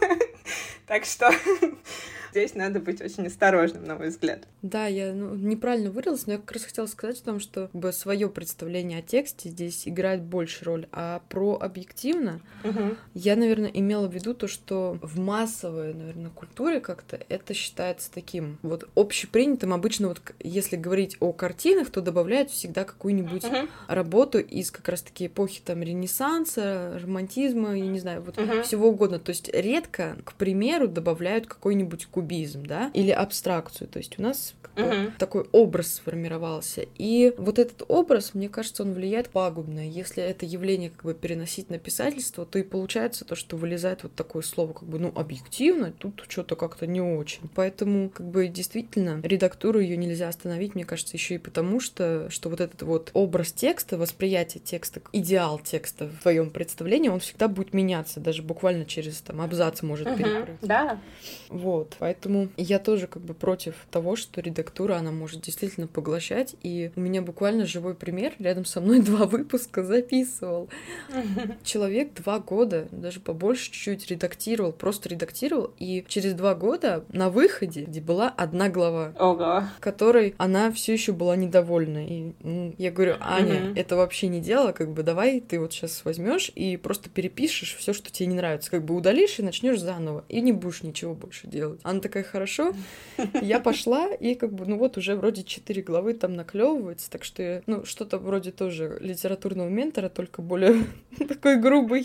Так что здесь надо быть очень осторожным, на мой взгляд. Да, я неправильно выразилась, но я как раз хотела сказать о том, что свое представление о тексте здесь играет больше роль, а про объективно я, наверное, имела в виду то, что в массовой, наверное, культуре как-то это считается таким общепринятым. Обычно если говорить о картинах, то добавляют всегда какую-нибудь работу из как раз-таки эпохи там Ренессанса, романтизма, я не знаю, всего угодно. То есть редко, к примеру, добавляют какой-нибудь кубизм, да, или абстракцию. То есть у нас такой образ сформировался. И вот этот образ, мне кажется, он влияет пагубно. Если это явление как бы переносить на писательство, то и получается то, что вылезает вот такое слово, как бы, объективно, тут что-то как-то не очень. Поэтому, как бы, действительно, редактуру ее нельзя остановить, мне кажется, еще и потому, что вот этот вот образ текста, восприятие текста, идеал текста в твоем представлении, он всегда будет меняться, даже буквально через абзац может перепрыгнуть. Да. Вот, поэтому я тоже как бы против того, что редактура, она может действительно поглощать, и у меня буквально живой пример, рядом со мной 2 выпуска записывал. Человек 2 года, даже побольше чуть-чуть редактировал, просто редактировал, и через 2 года на выходе, где была 1 глава, которой она все еще была недовольна. И я говорю: Аня, это вообще не дело, как бы давай ты вот сейчас возьмешь и просто перепишешь все, что тебе не нравится, как бы удалишь и начнешь заново, и не будешь ничего больше делать. Она такая: хорошо. Я пошла, и как бы, вот уже вроде 4 главы там наклевывается, так что я, что-то вроде тоже литературного ментора, только более такой грубый.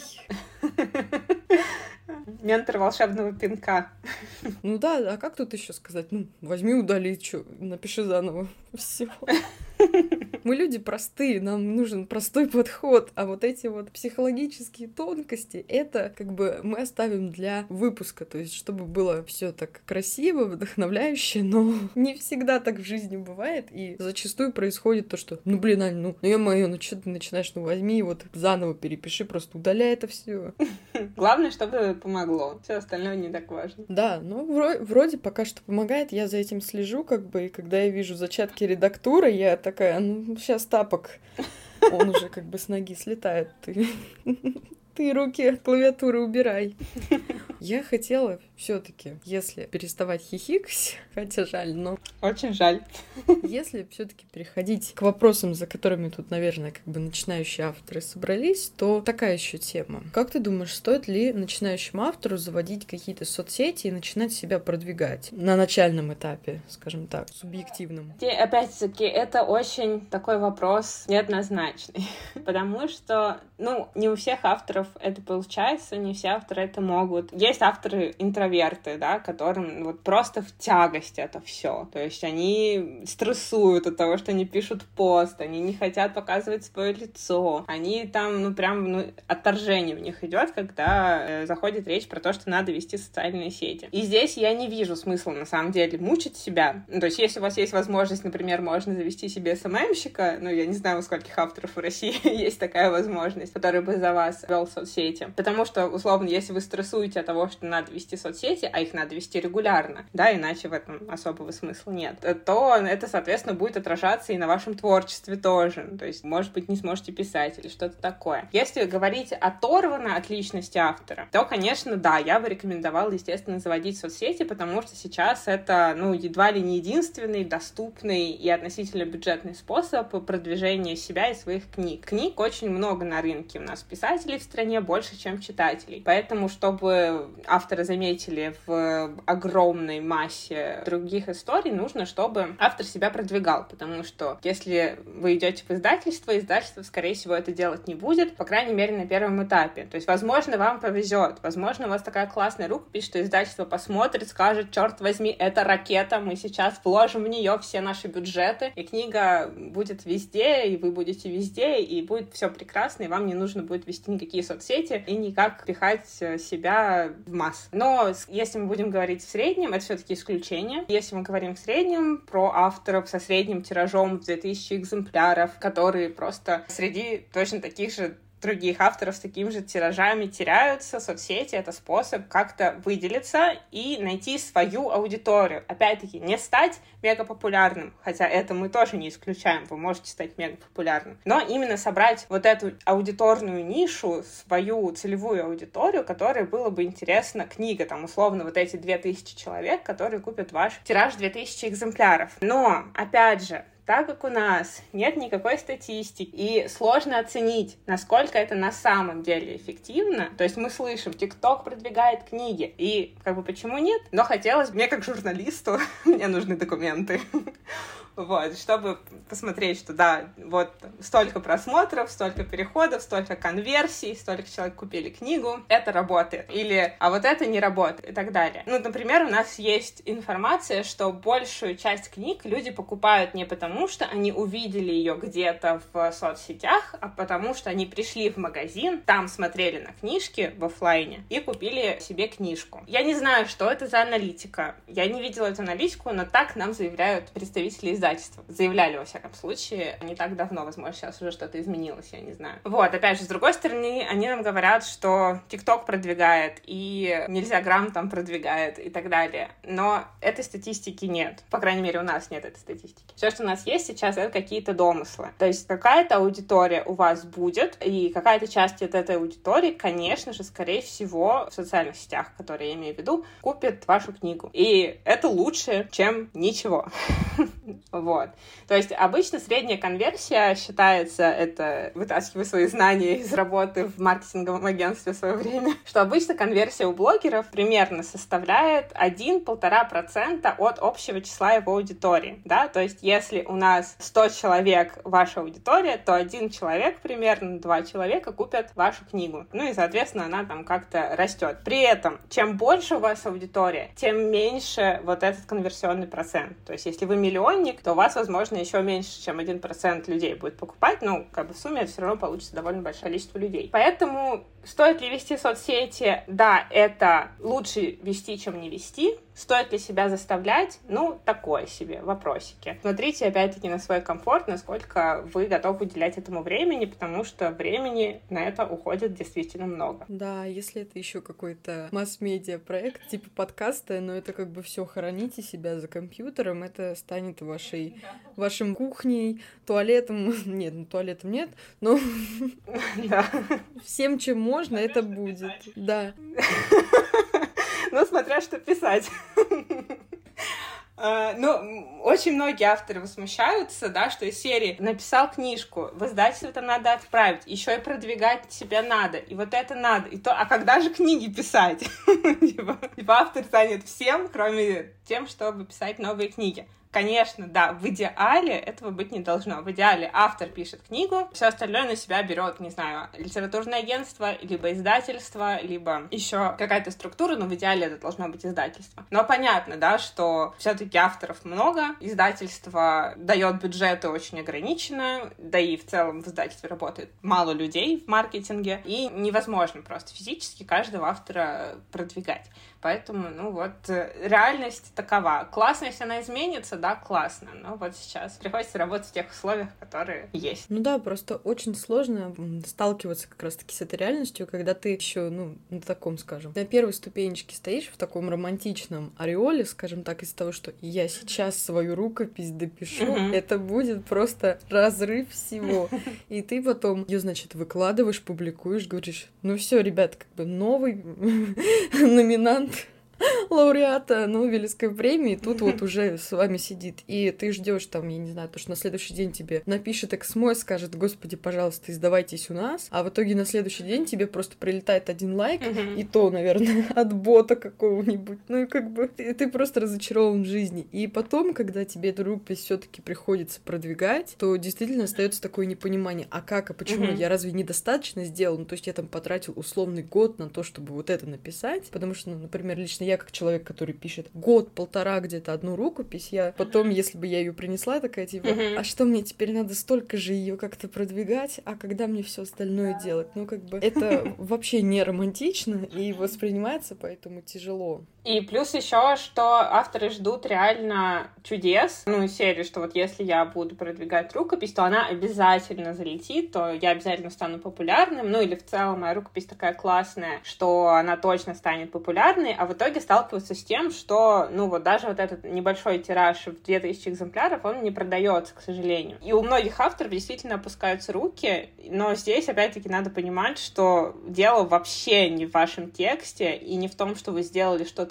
Ментор волшебного пинка. Да, а как тут еще сказать? Возьми, удали, напиши заново. Все. Мы люди простые, нам нужен простой подход, а вот эти вот психологические тонкости, это как бы мы оставим для выпуска, то есть чтобы было все так красиво, вдохновляюще, но не всегда так в жизни бывает, и зачастую происходит то, что, Ань, ё-моё, что ты начинаешь, возьми, вот заново перепиши, просто удаляй это все. Главное, чтобы помогло, все остальное не так важно. Да, вроде пока что помогает, я за этим слежу, как бы, и когда я вижу зачатки редактуры, я такая: сейчас тапок, он уже как бы с ноги слетает, ты руки от клавиатуры убирай. Я хотела все-таки, если переставать хихикать, хотя жаль, но... Очень жаль. Если все-таки переходить к вопросам, за которыми тут, наверное, как бы начинающие авторы собрались, то такая еще тема. Как ты думаешь, стоит ли начинающему автору заводить какие-то соцсети и начинать себя продвигать на начальном этапе, скажем так, субъективном? Опять-таки, это очень такой вопрос неоднозначный, потому что, не у всех авторов это получается, не все авторы это могут. Есть авторы-интроверты, да, которым вот просто в тягость это все. То есть они стрессуют от того, что они пишут пост, они не хотят показывать свое лицо, они там, отторжение в них идет, когда заходит речь про то, что надо вести социальные сети. И здесь я не вижу смысла, на самом деле, мучить себя. То есть если у вас есть возможность, например, можно завести себе СММщика, я не знаю, у скольких авторов в России есть такая возможность, который бы за вас вел соцсети. Потому что, условно, если вы стрессуете от того, что надо вести соцсети, а их надо вести регулярно, да, иначе в этом особого смысла нет, то это, соответственно, будет отражаться и на вашем творчестве тоже. То есть, может быть, не сможете писать или что-то такое. Если говорить оторвано от личности автора, то, конечно, да, я бы рекомендовала, естественно, заводить соцсети, потому что сейчас это, едва ли не единственный доступный и относительно бюджетный способ продвижения себя и своих книг. Книг очень много на рынке. У нас писателей в стране больше, чем читателей. Поэтому, чтобы авторы заметили в огромной массе других историй, нужно, чтобы автор себя продвигал, потому что если вы идете в издательство, скорее всего, это делать не будет, по крайней мере, на первом этапе. То есть, возможно, вам повезет, возможно, у вас такая классная рукопись, что издательство посмотрит, скажет: черт возьми, это ракета, мы сейчас вложим в нее все наши бюджеты, и книга будет везде, и вы будете везде, и будет все прекрасно, и вам не нужно будет вести никакие соцсети и никак пихать себя в массы. Но если мы будем говорить в среднем, это все-таки исключение. Если мы говорим в среднем про авторов со средним тиражом в 2000 экземпляров, которые просто среди точно таких же других авторов с такими же тиражами теряются, соцсети — это способ как-то выделиться и найти свою аудиторию. Опять-таки, не стать мегапопулярным, хотя это мы тоже не исключаем, вы можете стать мегапопулярным, но именно собрать вот эту аудиторную нишу, свою целевую аудиторию, которой было бы интересна книга, там, условно, вот эти 2000 человек, которые купят ваш тираж 2000 экземпляров. Но, опять же, так как у нас нет никакой статистики и сложно оценить, насколько это на самом деле эффективно, то есть мы слышим, TikTok продвигает книги, и почему нет? Но хотелось бы, мне как журналисту, мне нужны документы. Вот, чтобы посмотреть, что да, вот столько просмотров, столько переходов, столько конверсий, столько человек купили книгу, это работает. Или, а вот это не работает, и так далее. Ну, например, у нас есть информация, что большую часть книг люди покупают не потому, что они увидели ее где-то в соцсетях, а потому что они пришли в магазин, там смотрели на книжки в офлайне и купили себе книжку. Я не знаю, что это за аналитика. Я не видела эту аналитику, но так нам заявляют представители издательства. Заявляли, во всяком случае, не так давно, возможно, сейчас уже что-то изменилось, я не знаю. Вот, опять же, с другой стороны, они нам говорят, что TikTok продвигает, и Нельзяграм там продвигает, и так далее. Но этой статистики нет. По крайней мере, у нас нет этой статистики. Все, что у нас есть сейчас, это какие-то домыслы. То есть какая-то аудитория у вас будет, и какая-то часть от этой аудитории, конечно же, скорее всего, в социальных сетях, которые я имею в виду, купит вашу книгу. И это лучше, чем ничего. Вот. То есть обычно средняя конверсия считается, это вытаскиваю свои знания из работы в маркетинговом агентстве в свое время, что обычно конверсия у блогеров примерно составляет 1-1,5% от общего числа его аудитории. Да? То есть если у нас 100 человек ваша аудитория, то 1 человек примерно, 2 человека купят вашу книгу. Ну и, соответственно, она там как-то растет. При этом, чем больше у вас аудитория, тем меньше вот этот конверсионный процент. То есть если вы миллионник, то у вас, возможно, еще меньше, чем 1% людей будет покупать, ну, как бы в сумме это все равно получится довольно большое количество людей. Поэтому стоит ли вести соцсети? Да, это лучше вести, чем не вести. Стоит ли себя заставлять? Ну, такое себе, вопросики. Смотрите, опять-таки, на свой комфорт, насколько вы готовы уделять этому времени, потому что времени на это уходит действительно много. Да, если это еще какой-то масс-медиа проект, типа подкаста, но это как бы все хороните себя за компьютером, это станет вашим кухней, туалетом. Нет, ну туалетом нет, но всем, чем можно, это будет. Да. Ну, смотря что писать. Ну, очень многие авторы возмущаются, да, что из серии написал книжку, в издательство-то надо отправить, еще и продвигать себя надо, и вот это надо, и то, а когда же книги писать? Типа автор занят всем, кроме тем, чтобы писать новые книги. Конечно, да, в идеале этого быть не должно. В идеале автор пишет книгу, все остальное на себя берет, не знаю, литературное агентство, либо издательство, либо еще какая-то структура, но в идеале это должно быть издательство. Но понятно, да, что все-таки авторов много, издательство дает бюджеты очень ограниченно, да и в целом в издательстве работает мало людей в маркетинге, и невозможно просто физически каждого автора продвигать. Поэтому, ну вот, реальность такова. Классно, если она изменится, да, классно, но вот сейчас приходится работать в тех условиях, которые есть. Ну да, просто очень сложно сталкиваться как раз-таки с этой реальностью, когда ты еще, ну, на таком, скажем, на первой ступенечке стоишь в таком романтичном ореоле, скажем так, из-за того, что я сейчас свою рукопись допишу, это будет просто разрыв всего. И ты потом ее, значит, выкладываешь, публикуешь, говоришь, ну все, ребят, как бы новый номинант лауреата Нобелевской премии тут вот уже с вами сидит, и ты ждешь там, я не знаю, то, что на следующий день тебе напишет эксмо и скажет: господи, пожалуйста, издавайтесь у нас, а в итоге на следующий день тебе просто прилетает 1 лайк, и то, наверное, от бота какого-нибудь, ну и как бы ты просто разочарован в жизни. И потом, когда тебе эту рукопись все-таки приходится продвигать, то действительно остается такое непонимание, а как, а почему, я разве недостаточно сделал? Ну, то есть я там потратил условный год на то, чтобы вот это написать, потому что, ну, например, лично я как человек, который пишет год-полтора где-то одну рукопись, я потом, если бы я ее принесла, такая типа, а что мне теперь надо столько же ее как-то продвигать, а когда мне все остальное делать? Ну, как бы это вообще не романтично и воспринимается поэтому тяжело. И плюс еще, что авторы ждут реально чудес, ну, из серии, что вот если я буду продвигать рукопись, то она обязательно залетит, то я обязательно стану популярным, ну, или в целом моя рукопись такая классная, что она точно станет популярной, а в итоге сталкиваются с тем, что, ну, вот даже вот этот небольшой тираж в 2000 экземпляров, он не продается, к сожалению. И у многих авторов действительно опускаются руки, но здесь, опять-таки, надо понимать, что дело вообще не в вашем тексте и не в том, что вы сделали что-то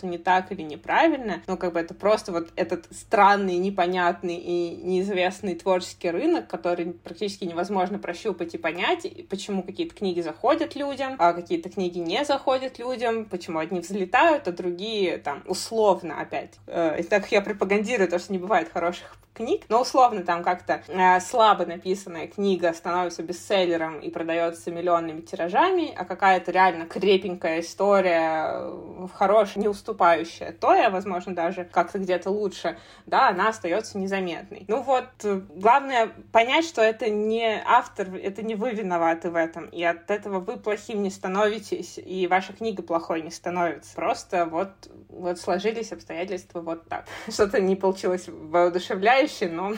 что-то не так или неправильно, но как бы это просто вот этот странный, непонятный и неизвестный творческий рынок, который практически невозможно прощупать и понять, почему какие-то книги заходят людям, а какие-то книги не заходят людям, почему одни взлетают, а другие там условно опять. И так как я пропагандирую то, что не бывает хороших книг, но условно там как-то слабо написанная книга становится бестселлером и продается миллионными тиражами, а какая-то реально крепенькая история, хорошая, не уступающая той, а возможно даже как-то где-то лучше, да, она остается незаметной. Ну вот, главное понять, что это не автор, это не вы виноваты в этом, и от этого вы плохим не становитесь, и ваша книга плохой не становится. Просто вот сложились обстоятельства вот так. Что-то не получилось воодушевляюще, но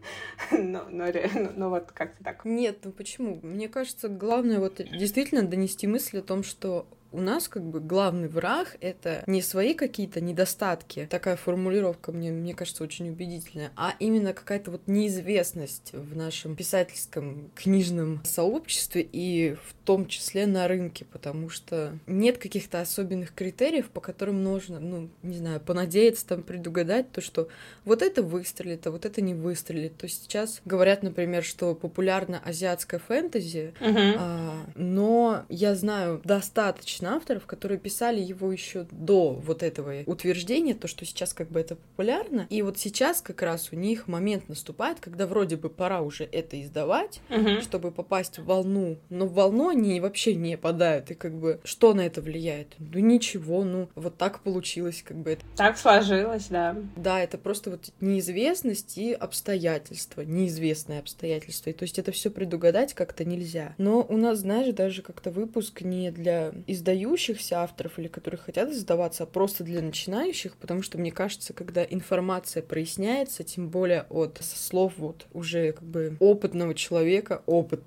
вот как-то так. Нет, ну почему? Мне кажется, главное вот действительно донести мысль о том, что у нас как бы главный враг — это не свои какие-то недостатки, такая формулировка мне кажется очень убедительная, а именно какая-то вот неизвестность в нашем писательском книжном сообществе и в том числе на рынке, потому что нет каких-то особенных критериев, по которым нужно, ну, не знаю, понадеяться, там, предугадать то, что вот это выстрелит, а вот это не выстрелит. То есть сейчас говорят, например, что популярна азиатская фэнтези, но я знаю достаточно авторов, которые писали его еще до вот этого утверждения, то, что сейчас как бы это популярно, и вот сейчас как раз у них момент наступает, когда вроде бы пора уже это издавать, чтобы попасть в волну, но в волну они вообще не попадают, и как бы что на это влияет? Ну ничего, ну вот так получилось, как бы это. Так сложилось, да. Да, это просто вот неизвестность и обстоятельства, неизвестные обстоятельства, и то есть это все предугадать как-то нельзя. Но у нас, знаешь, даже как-то выпуск не для издающихся авторов или которые хотят издаваться, а просто для начинающих, потому что мне кажется, когда информация проясняется, тем более от слов вот уже как бы опытного человека,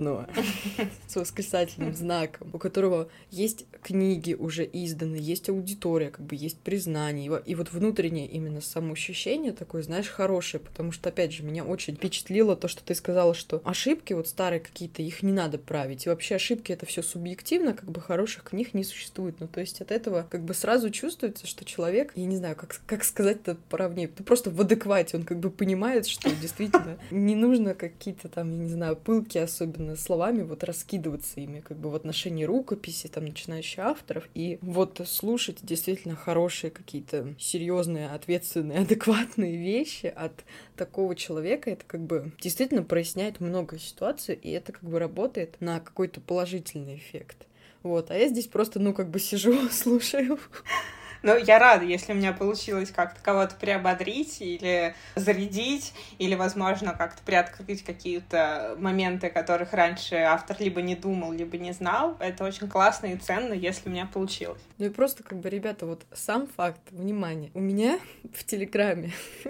с восклицательным знаком, у которого есть книги уже изданы, есть аудитория, как бы есть признание, и вот внутреннее именно самоощущение такое, знаешь, хорошее, потому что, опять же, меня очень впечатлило то, что ты сказала, что ошибки вот старые какие-то, их не надо править, и вообще ошибки — это все субъективно, как бы хороших книг не существует. Ну, то есть от этого как бы сразу чувствуется, что человек, я не знаю, как сказать-то поровнее, ну, просто в адеквате, он как бы понимает, что действительно не нужно какие-то там, я не знаю, пылки, особенно словами, вот раскидываться ими, как бы в отношении рукописи, там, начинающих авторов, и вот слушать действительно хорошие какие-то серьезные, ответственные, адекватные вещи от такого человека, это как бы действительно проясняет много ситуаций, и это как бы работает на какой-то положительный эффект. Вот, а я здесь просто, ну, как бы сижу, слушаю. Ну, я рада, если у меня получилось как-то кого-то приободрить или зарядить, или, возможно, как-то приоткрыть какие-то моменты, о которых раньше автор либо не думал, либо не знал. Это очень классно и ценно, если у меня получилось. Ну и просто, как бы, ребята, вот сам факт, внимание, у меня в Телеграме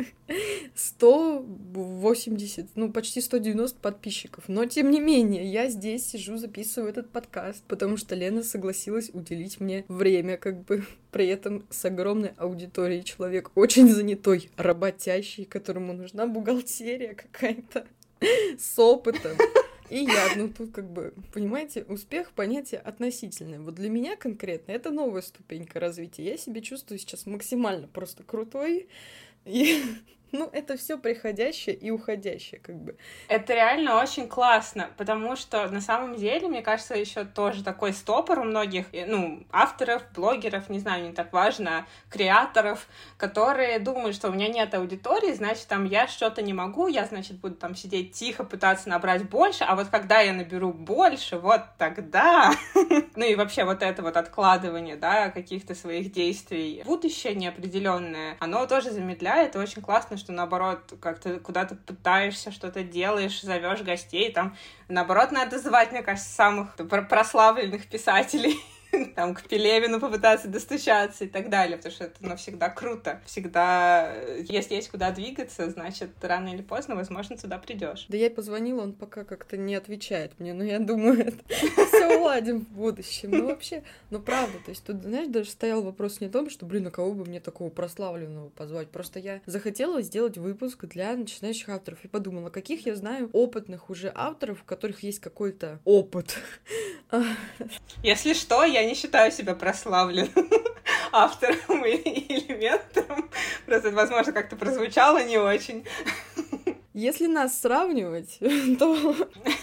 180, ну, почти 190 подписчиков, но, тем не менее, я здесь сижу, записываю этот подкаст, потому что Лена согласилась уделить мне время, как бы, при этом с огромной аудиторией, человек очень занятой, работящий, которому нужна бухгалтерия какая-то, с опытом. И я, ну тут как бы, понимаете, успех — понятие относительное. Вот для меня конкретно это новая ступенька развития. Я себя чувствую сейчас максимально просто крутой. И, ну, это все приходящее и уходящее, как бы. Это реально очень классно, потому что на самом деле, мне кажется, еще тоже такой стопор у многих, ну, авторов, блогеров, не знаю, не так важно, креаторов, которые думают, что у меня нет аудитории, значит, там я что-то не могу, я, значит, буду там сидеть тихо, пытаться набрать больше, а вот когда я наберу больше, вот тогда... Ну и вообще вот это вот откладывание, да, каких-то своих действий, будущее неопределенное, оно тоже замедляет, и очень классно, что наоборот, как ты куда-то пытаешься, что-то делаешь, зовешь гостей, там, наоборот, надо звать, мне кажется, самых прославленных писателей, там, к Пелевину попытаться достучаться и так далее, потому что это навсегда круто. Всегда, если есть куда двигаться, значит, рано или поздно, возможно, туда придешь. Да я позвонила, он пока как-то не отвечает мне, но я думаю, все уладим в будущем. Ну, вообще, ну, правда, то есть тут, знаешь, даже стоял вопрос не о том, что, блин, а кого бы мне такого прославленного позвать, просто я захотела сделать выпуск для начинающих авторов и подумала, каких я знаю опытных уже авторов, у которых есть какой-то опыт. Если что, я не считаю себя прославленным автором или ментором. Просто, возможно, как-то прозвучало не очень. Если нас сравнивать, то...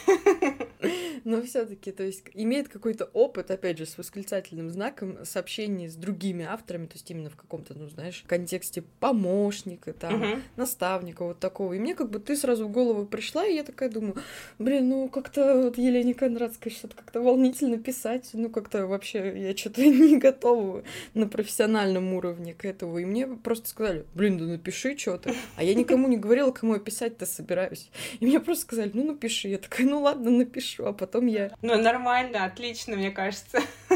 Но все-таки, то есть, имеет какой-то опыт, опять же, с восклицательным знаком, с общением с другими авторами, то есть именно в каком-то, ну, знаешь, контексте помощника, там, наставника, вот такого. И мне как бы ты сразу в голову пришла, и я такая думаю, блин, ну, как-то вот Елене Кондратской что-то как-то волнительно писать, ну, как-то вообще я что-то не готова на профессиональном уровне к этому. И мне просто сказали, блин, да напиши что-то. А я никому не говорила, кому я писать-то собираюсь. И мне просто сказали, ну, напиши. Я такая, ну, ладно, напишу. А потом я... Ну, нормально, отлично, мне кажется.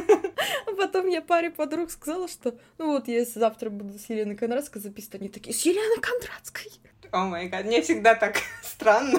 А потом я паре подруг сказала, что, ну, вот я завтра буду с Еленой Кондратской записывать. Они такие, с Еленой Кондратской? О май гад, мне всегда так странно.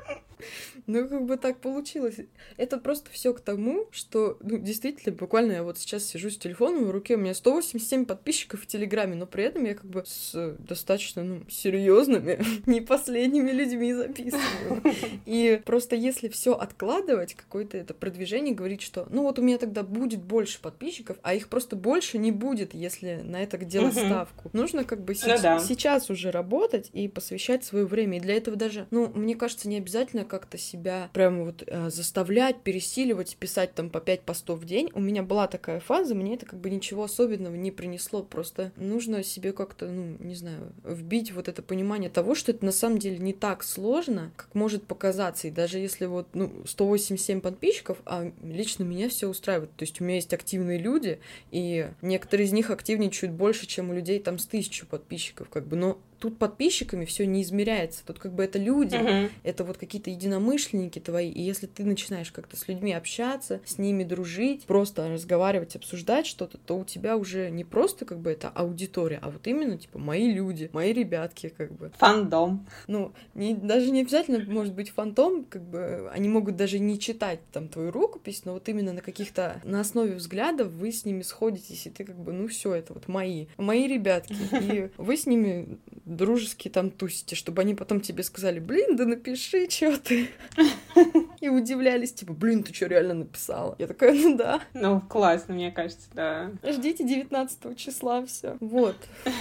Ну, как бы так получилось. Это просто все к тому, что, ну, действительно, буквально я вот сейчас сижу с телефоном в руке, у меня 187 подписчиков в Телеграме, но при этом я как бы с достаточно, ну, серьезными, не последними людьми записываю. И просто если все откладывать, какое-то это продвижение, говорить, что, ну, вот у меня тогда будет больше подписчиков, а их просто больше не будет, если на это делать ставку. Нужно как бы сейчас уже работать и посвящать свое время. И для этого даже, ну, мне кажется, не обязательно как-то себя прямо вот заставлять, пересиливать, писать там по 5 постов в день. У меня была такая фаза, мне это как бы ничего особенного не принесло, просто нужно себе как-то, ну, не знаю, вбить вот это понимание того, что это на самом деле не так сложно, как может показаться, и даже если вот, ну, 187 подписчиков, а лично меня все устраивает, то есть у меня есть активные люди, и некоторые из них активничают больше, чем у людей там с 1000 подписчиков, как бы, но тут подписчиками все не измеряется. Тут как бы это люди, это вот какие-то единомышленники твои. И если ты начинаешь как-то с людьми общаться, с ними дружить, просто разговаривать, обсуждать что-то, то у тебя уже не просто как бы это аудитория, а вот именно типа мои люди, мои ребятки как бы. Фандом. Ну, даже не обязательно может быть фантом, как бы они могут даже не читать там твою рукопись, но вот именно на каких-то, на основе взглядов вы с ними сходитесь, и ты как бы, ну все, это вот мои ребятки, и вы с ними дружески там тусите, чтобы они потом тебе сказали, блин, да напиши, чё ты. И удивлялись, типа, блин, ты что, реально написала? Я такая, ну да. Ну, классно, мне кажется, да. Ждите 19 числа, все. Вот.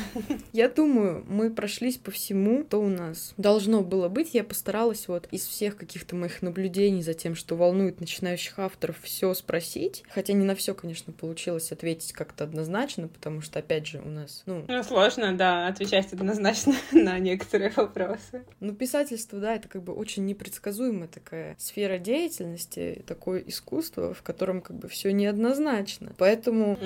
Я думаю, мы прошлись по всему, что у нас должно было быть. Я постаралась вот из всех каких-то моих наблюдений за тем, что волнует начинающих авторов, все спросить. Хотя не на все, конечно, получилось ответить как-то однозначно, потому что, опять же, у нас, ну сложно, да, отвечать однозначно на некоторые вопросы. Ну, писательство, да, это как бы очень непредсказуемая такая сфера деятельности, такое искусство, в котором как бы все неоднозначно. Поэтому,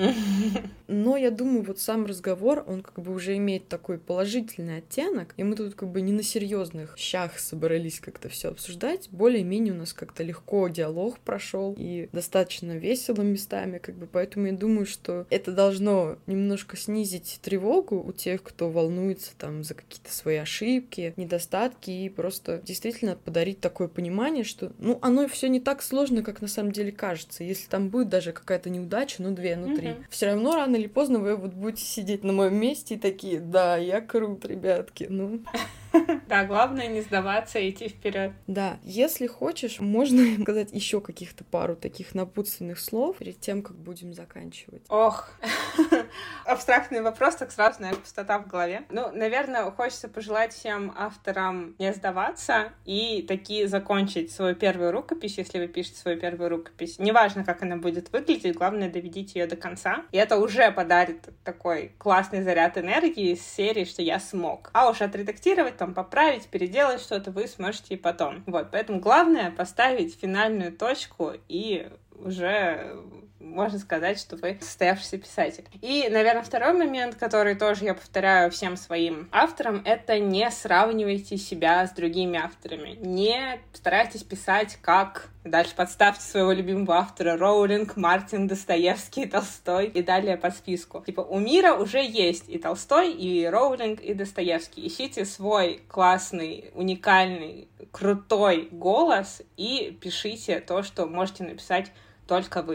но я думаю, вот сам разговор, он как бы уже имеет такой положительный оттенок, и мы тут как бы не на серьезных щах собрались как-то все обсуждать. Более-менее у нас как-то легко диалог прошел и достаточно весело местами, как бы, поэтому я думаю, что это должно немножко снизить тревогу у тех, кто волнуется там за какие-то свои ошибки, недостатки, и просто действительно подарить такое понимание, что, ну, оно все не так сложно, как на самом деле кажется. Если там будет даже какая-то неудача, ну, 2, ну, 3. Все равно рано или поздно вы вот будете сидеть на моем месте и такие, да, я крут, ребятки, ну... Да, главное не сдаваться и идти вперед. Да, если хочешь, можно сказать еще каких-то пару таких напутственных слов перед тем, как будем заканчивать. Ох, абстрактный вопрос, так сразу, наверное, пустота в голове. Ну, наверное, хочется пожелать всем авторам не сдаваться и таки закончить свою первую рукопись, если вы пишете свою первую рукопись. Неважно, как она будет выглядеть, главное, доведите ее до конца. И это уже подарит такой классный заряд энергии из серии, что я смог. А уж отредактировать, там, поправить, переделать что-то вы сможете и потом. Вот, поэтому главное поставить финальную точку и уже можно сказать, что вы состоявшийся писатель. И, наверное, второй момент, который тоже я повторяю всем своим авторам, это не сравнивайте себя с другими авторами. Не старайтесь писать как... Дальше подставьте своего любимого автора: Роулинг, Мартин, Достоевский, Толстой и далее по списку. Типа у мира уже есть и Толстой, и Роулинг, и Достоевский. Ищите свой классный, уникальный, крутой голос и пишите то, что можете написать только вы.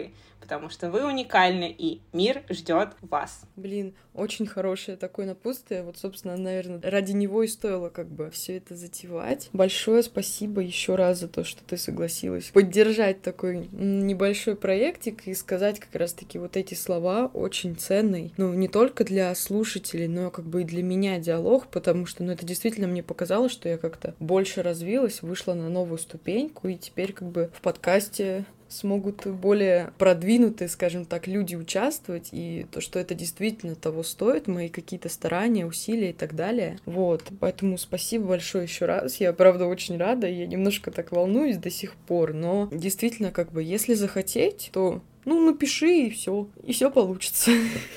потому что вы уникальны, и мир ждет вас. Блин, очень хорошее такое напутствие. Вот, собственно, наверное, ради него и стоило как бы все это затевать. Большое спасибо еще раз за то, что ты согласилась поддержать такой небольшой проектик и сказать как раз-таки вот эти слова очень ценный. Ну, не только для слушателей, но как бы и для меня диалог, потому что, ну, это действительно мне показалось, что я как-то больше развилась, вышла на новую ступеньку, и теперь как бы в подкасте смогут более продвинутые, скажем так, люди участвовать, и то, что это действительно того стоит, мои какие-то старания, усилия и так далее. Вот, поэтому спасибо большое еще раз. Я, правда, очень рада, я немножко так волнуюсь до сих пор, но действительно, как бы, если захотеть, то, ну, напиши, и все получится.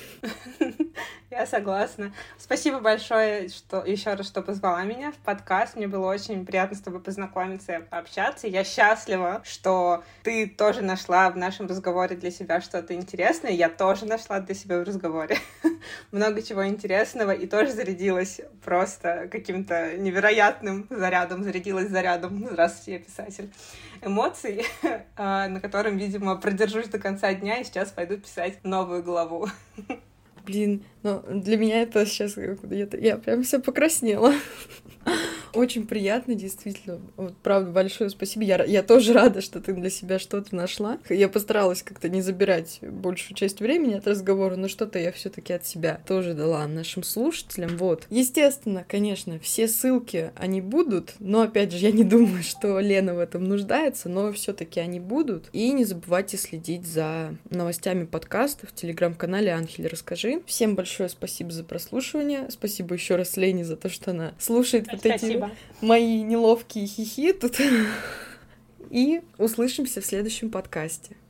Я согласна. Спасибо большое, что еще раз, что позвала меня в подкаст. Мне было очень приятно с тобой познакомиться и пообщаться. Я счастлива, что ты тоже нашла в нашем разговоре для себя что-то интересное. Я тоже нашла для себя в разговоре много чего интересного и тоже зарядилась просто каким-то невероятным зарядом. Зарядилась зарядом. Здравствуйте, я писатель. Эмоций, на котором, видимо, продержусь до конца дня и сейчас пойду писать новую главу. Блин, но для меня это сейчас... Я прям вся покраснела. Очень приятно, действительно. Вот, правда, большое спасибо. Я тоже рада, что ты для себя что-то нашла. Я постаралась как-то не забирать большую часть времени от разговора, но что-то я все-таки от себя тоже дала нашим слушателям. Вот. Естественно, конечно, все ссылки, они будут, но, опять же, я не думаю, что Лена в этом нуждается, но все-таки они будут. И не забывайте следить за новостями подкаста в телеграм-канале «Анхель, расскажи». Всем большое спасибо за прослушивание. Спасибо еще раз Лене за то, что она слушает вот эти мои неловкие хихи тут. И услышимся в следующем подкасте.